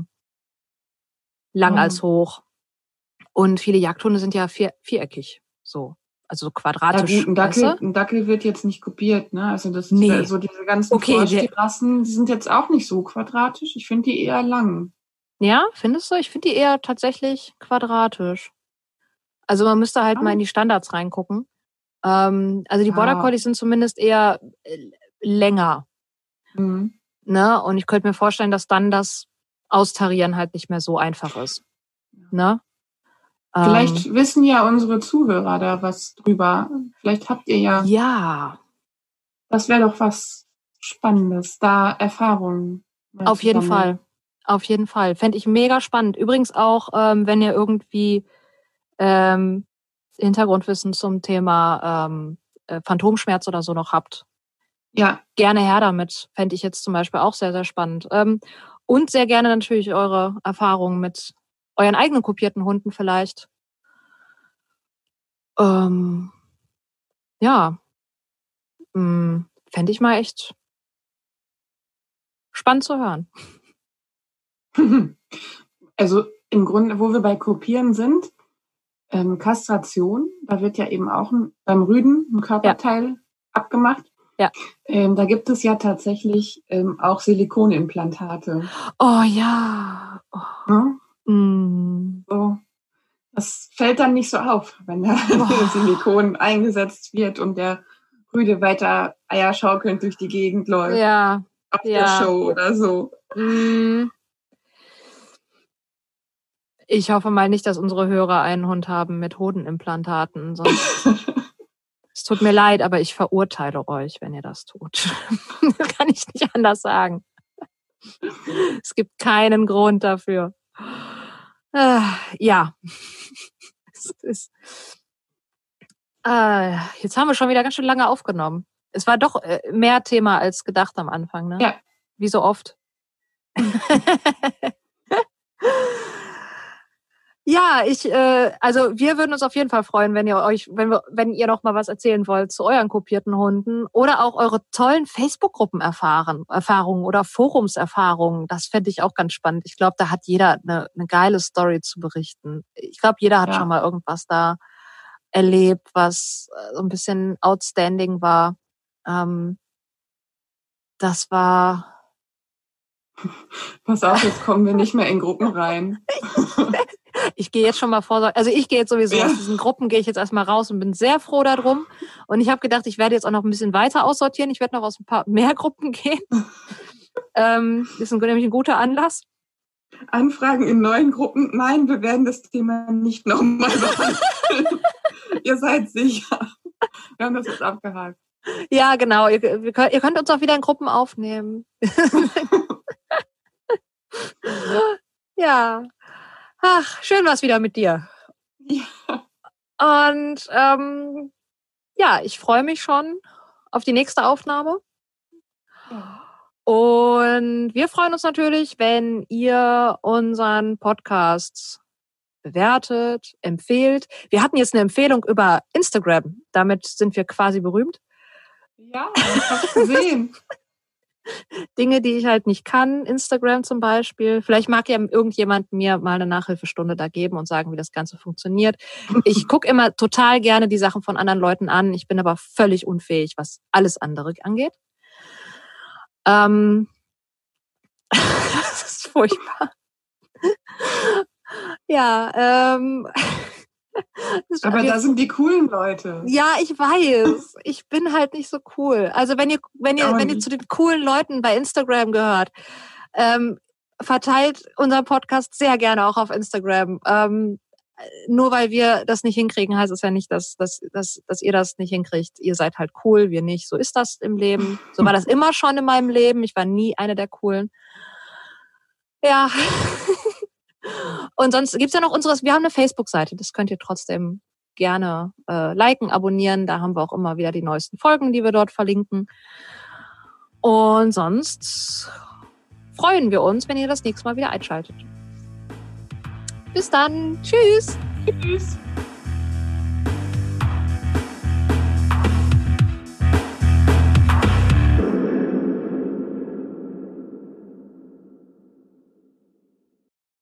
Lang mhm. als hoch. Und viele Jagdhunde sind ja vier, viereckig, so, also quadratisch. Ja gut, ein Dackel, weißt du? ein Dackel wird jetzt nicht kopiert, ne? Also das, nee. also diese ganzen okay, Vorstehrassen, die sind jetzt auch nicht so quadratisch. Ich finde die eher lang. Ja, findest du? Ich finde die eher tatsächlich quadratisch. Also man müsste halt oh. mal in die Standards reingucken. Ähm, also die Border Collies ah. sind zumindest eher äh, länger. Mhm. Ne? Und ich könnte mir vorstellen, dass dann das Austarieren halt nicht mehr so einfach ist. Ne? Vielleicht ähm, wissen ja unsere Zuhörer da was drüber. Vielleicht habt ihr ja... Ja. Das wäre doch was Spannendes, da Erfahrungen. Auf jeden Fall. Auf jeden Fall. Fände ich mega spannend. Übrigens auch, ähm, wenn ihr irgendwie ähm, Hintergrundwissen zum Thema ähm, äh, Phantomschmerz oder so noch habt. Ja. Gerne her damit. Fände ich jetzt zum Beispiel auch sehr, sehr spannend. Ähm, und sehr gerne natürlich eure Erfahrungen mit euren eigenen kopierten Hunden vielleicht. Ähm, ja. Hm, fände ich mal echt spannend zu hören. Also im Grunde, wo wir bei Kopieren sind, ähm, Kastration, da wird ja eben auch ein, beim Rüden ein Körperteil ja. abgemacht. Ja. Ähm, da gibt es ja tatsächlich ähm, auch Silikonimplantate. Oh ja. Oh. Ja? Mm. So. Das fällt dann nicht so auf, wenn da oh. Silikon eingesetzt wird und der Rüde weiter eierschaukelnd durch die Gegend läuft. Ja. Auf ja. der Show oder so. Mm. Ich hoffe mal nicht, dass unsere Hörer einen Hund haben mit Hodenimplantaten. Sonst es tut mir leid, aber ich verurteile euch, wenn ihr das tut. Das kann ich nicht anders sagen. Es gibt keinen Grund dafür. Äh, ja. Es ist, äh, jetzt haben wir schon wieder ganz schön lange aufgenommen. Es war doch mehr Thema als gedacht am Anfang, ne? Ja. Wie so oft. Ja, ich, äh, also wir würden uns auf jeden Fall freuen, wenn ihr euch, wenn wir, wenn ihr noch mal was erzählen wollt zu euren kopierten Hunden oder auch eure tollen Facebook-Gruppen erfahren, Erfahrungen oder Forumserfahrungen. Das fände ich auch ganz spannend. Ich glaube, da hat jeder eine, eine geile Story zu berichten. Ich glaube, jeder hat ja. schon mal irgendwas da erlebt, was so ein bisschen outstanding war. Ähm, das war. Pass auf, jetzt kommen wir nicht mehr in Gruppen rein. Ich gehe jetzt schon mal vor, also ich gehe jetzt sowieso ja. aus diesen Gruppen, gehe ich jetzt erstmal raus und bin sehr froh darum. Und ich habe gedacht, ich werde jetzt auch noch ein bisschen weiter aussortieren. Ich werde noch aus ein paar mehr Gruppen gehen. ähm, das ist ein, nämlich ein guter Anlass. Anfragen in neuen Gruppen. Nein, wir werden das Thema nicht nochmal behandeln. Ihr seid sicher. Wir haben das jetzt abgehakt. Ja, genau. Ihr, ihr, könnt, ihr könnt uns auch wieder in Gruppen aufnehmen. Ja. Ach, schön war's wieder mit dir. Ja. Und ähm, ja, ich freue mich schon auf die nächste Aufnahme. Ja. Und wir freuen uns natürlich, wenn ihr unseren Podcast bewertet, empfehlt. Wir hatten jetzt eine Empfehlung über Instagram. Damit sind wir quasi berühmt. Ja, ich hab's gesehen. Dinge, die ich halt nicht kann, Instagram zum Beispiel. Vielleicht mag ja irgendjemand mir mal eine Nachhilfestunde da geben und sagen, wie das Ganze funktioniert. Ich gucke immer total gerne die Sachen von anderen Leuten an. Ich bin aber völlig unfähig, was alles andere angeht. Ähm, das ist furchtbar. Ja, ähm... Aber da sind die coolen Leute. Ja, ich weiß. Ich bin halt nicht so cool. Also wenn ihr, wenn ihr, wenn ihr zu den coolen Leuten bei Instagram gehört, ähm, verteilt unseren Podcast sehr gerne auch auf Instagram. Ähm, nur weil wir das nicht hinkriegen, heißt es ja nicht, dass, dass, dass, dass ihr das nicht hinkriegt. Ihr seid halt cool, wir nicht. So ist das im Leben. So war das immer schon in meinem Leben. Ich war nie eine der Coolen. Ja. Und sonst gibt's ja noch unseres, wir haben eine Facebook-Seite, das könnt ihr trotzdem gerne äh, liken, abonnieren. Da haben wir auch immer wieder die neuesten Folgen, die wir dort verlinken. Und sonst freuen wir uns, wenn ihr das nächste Mal wieder einschaltet. Bis dann. Tschüss. Tschüss.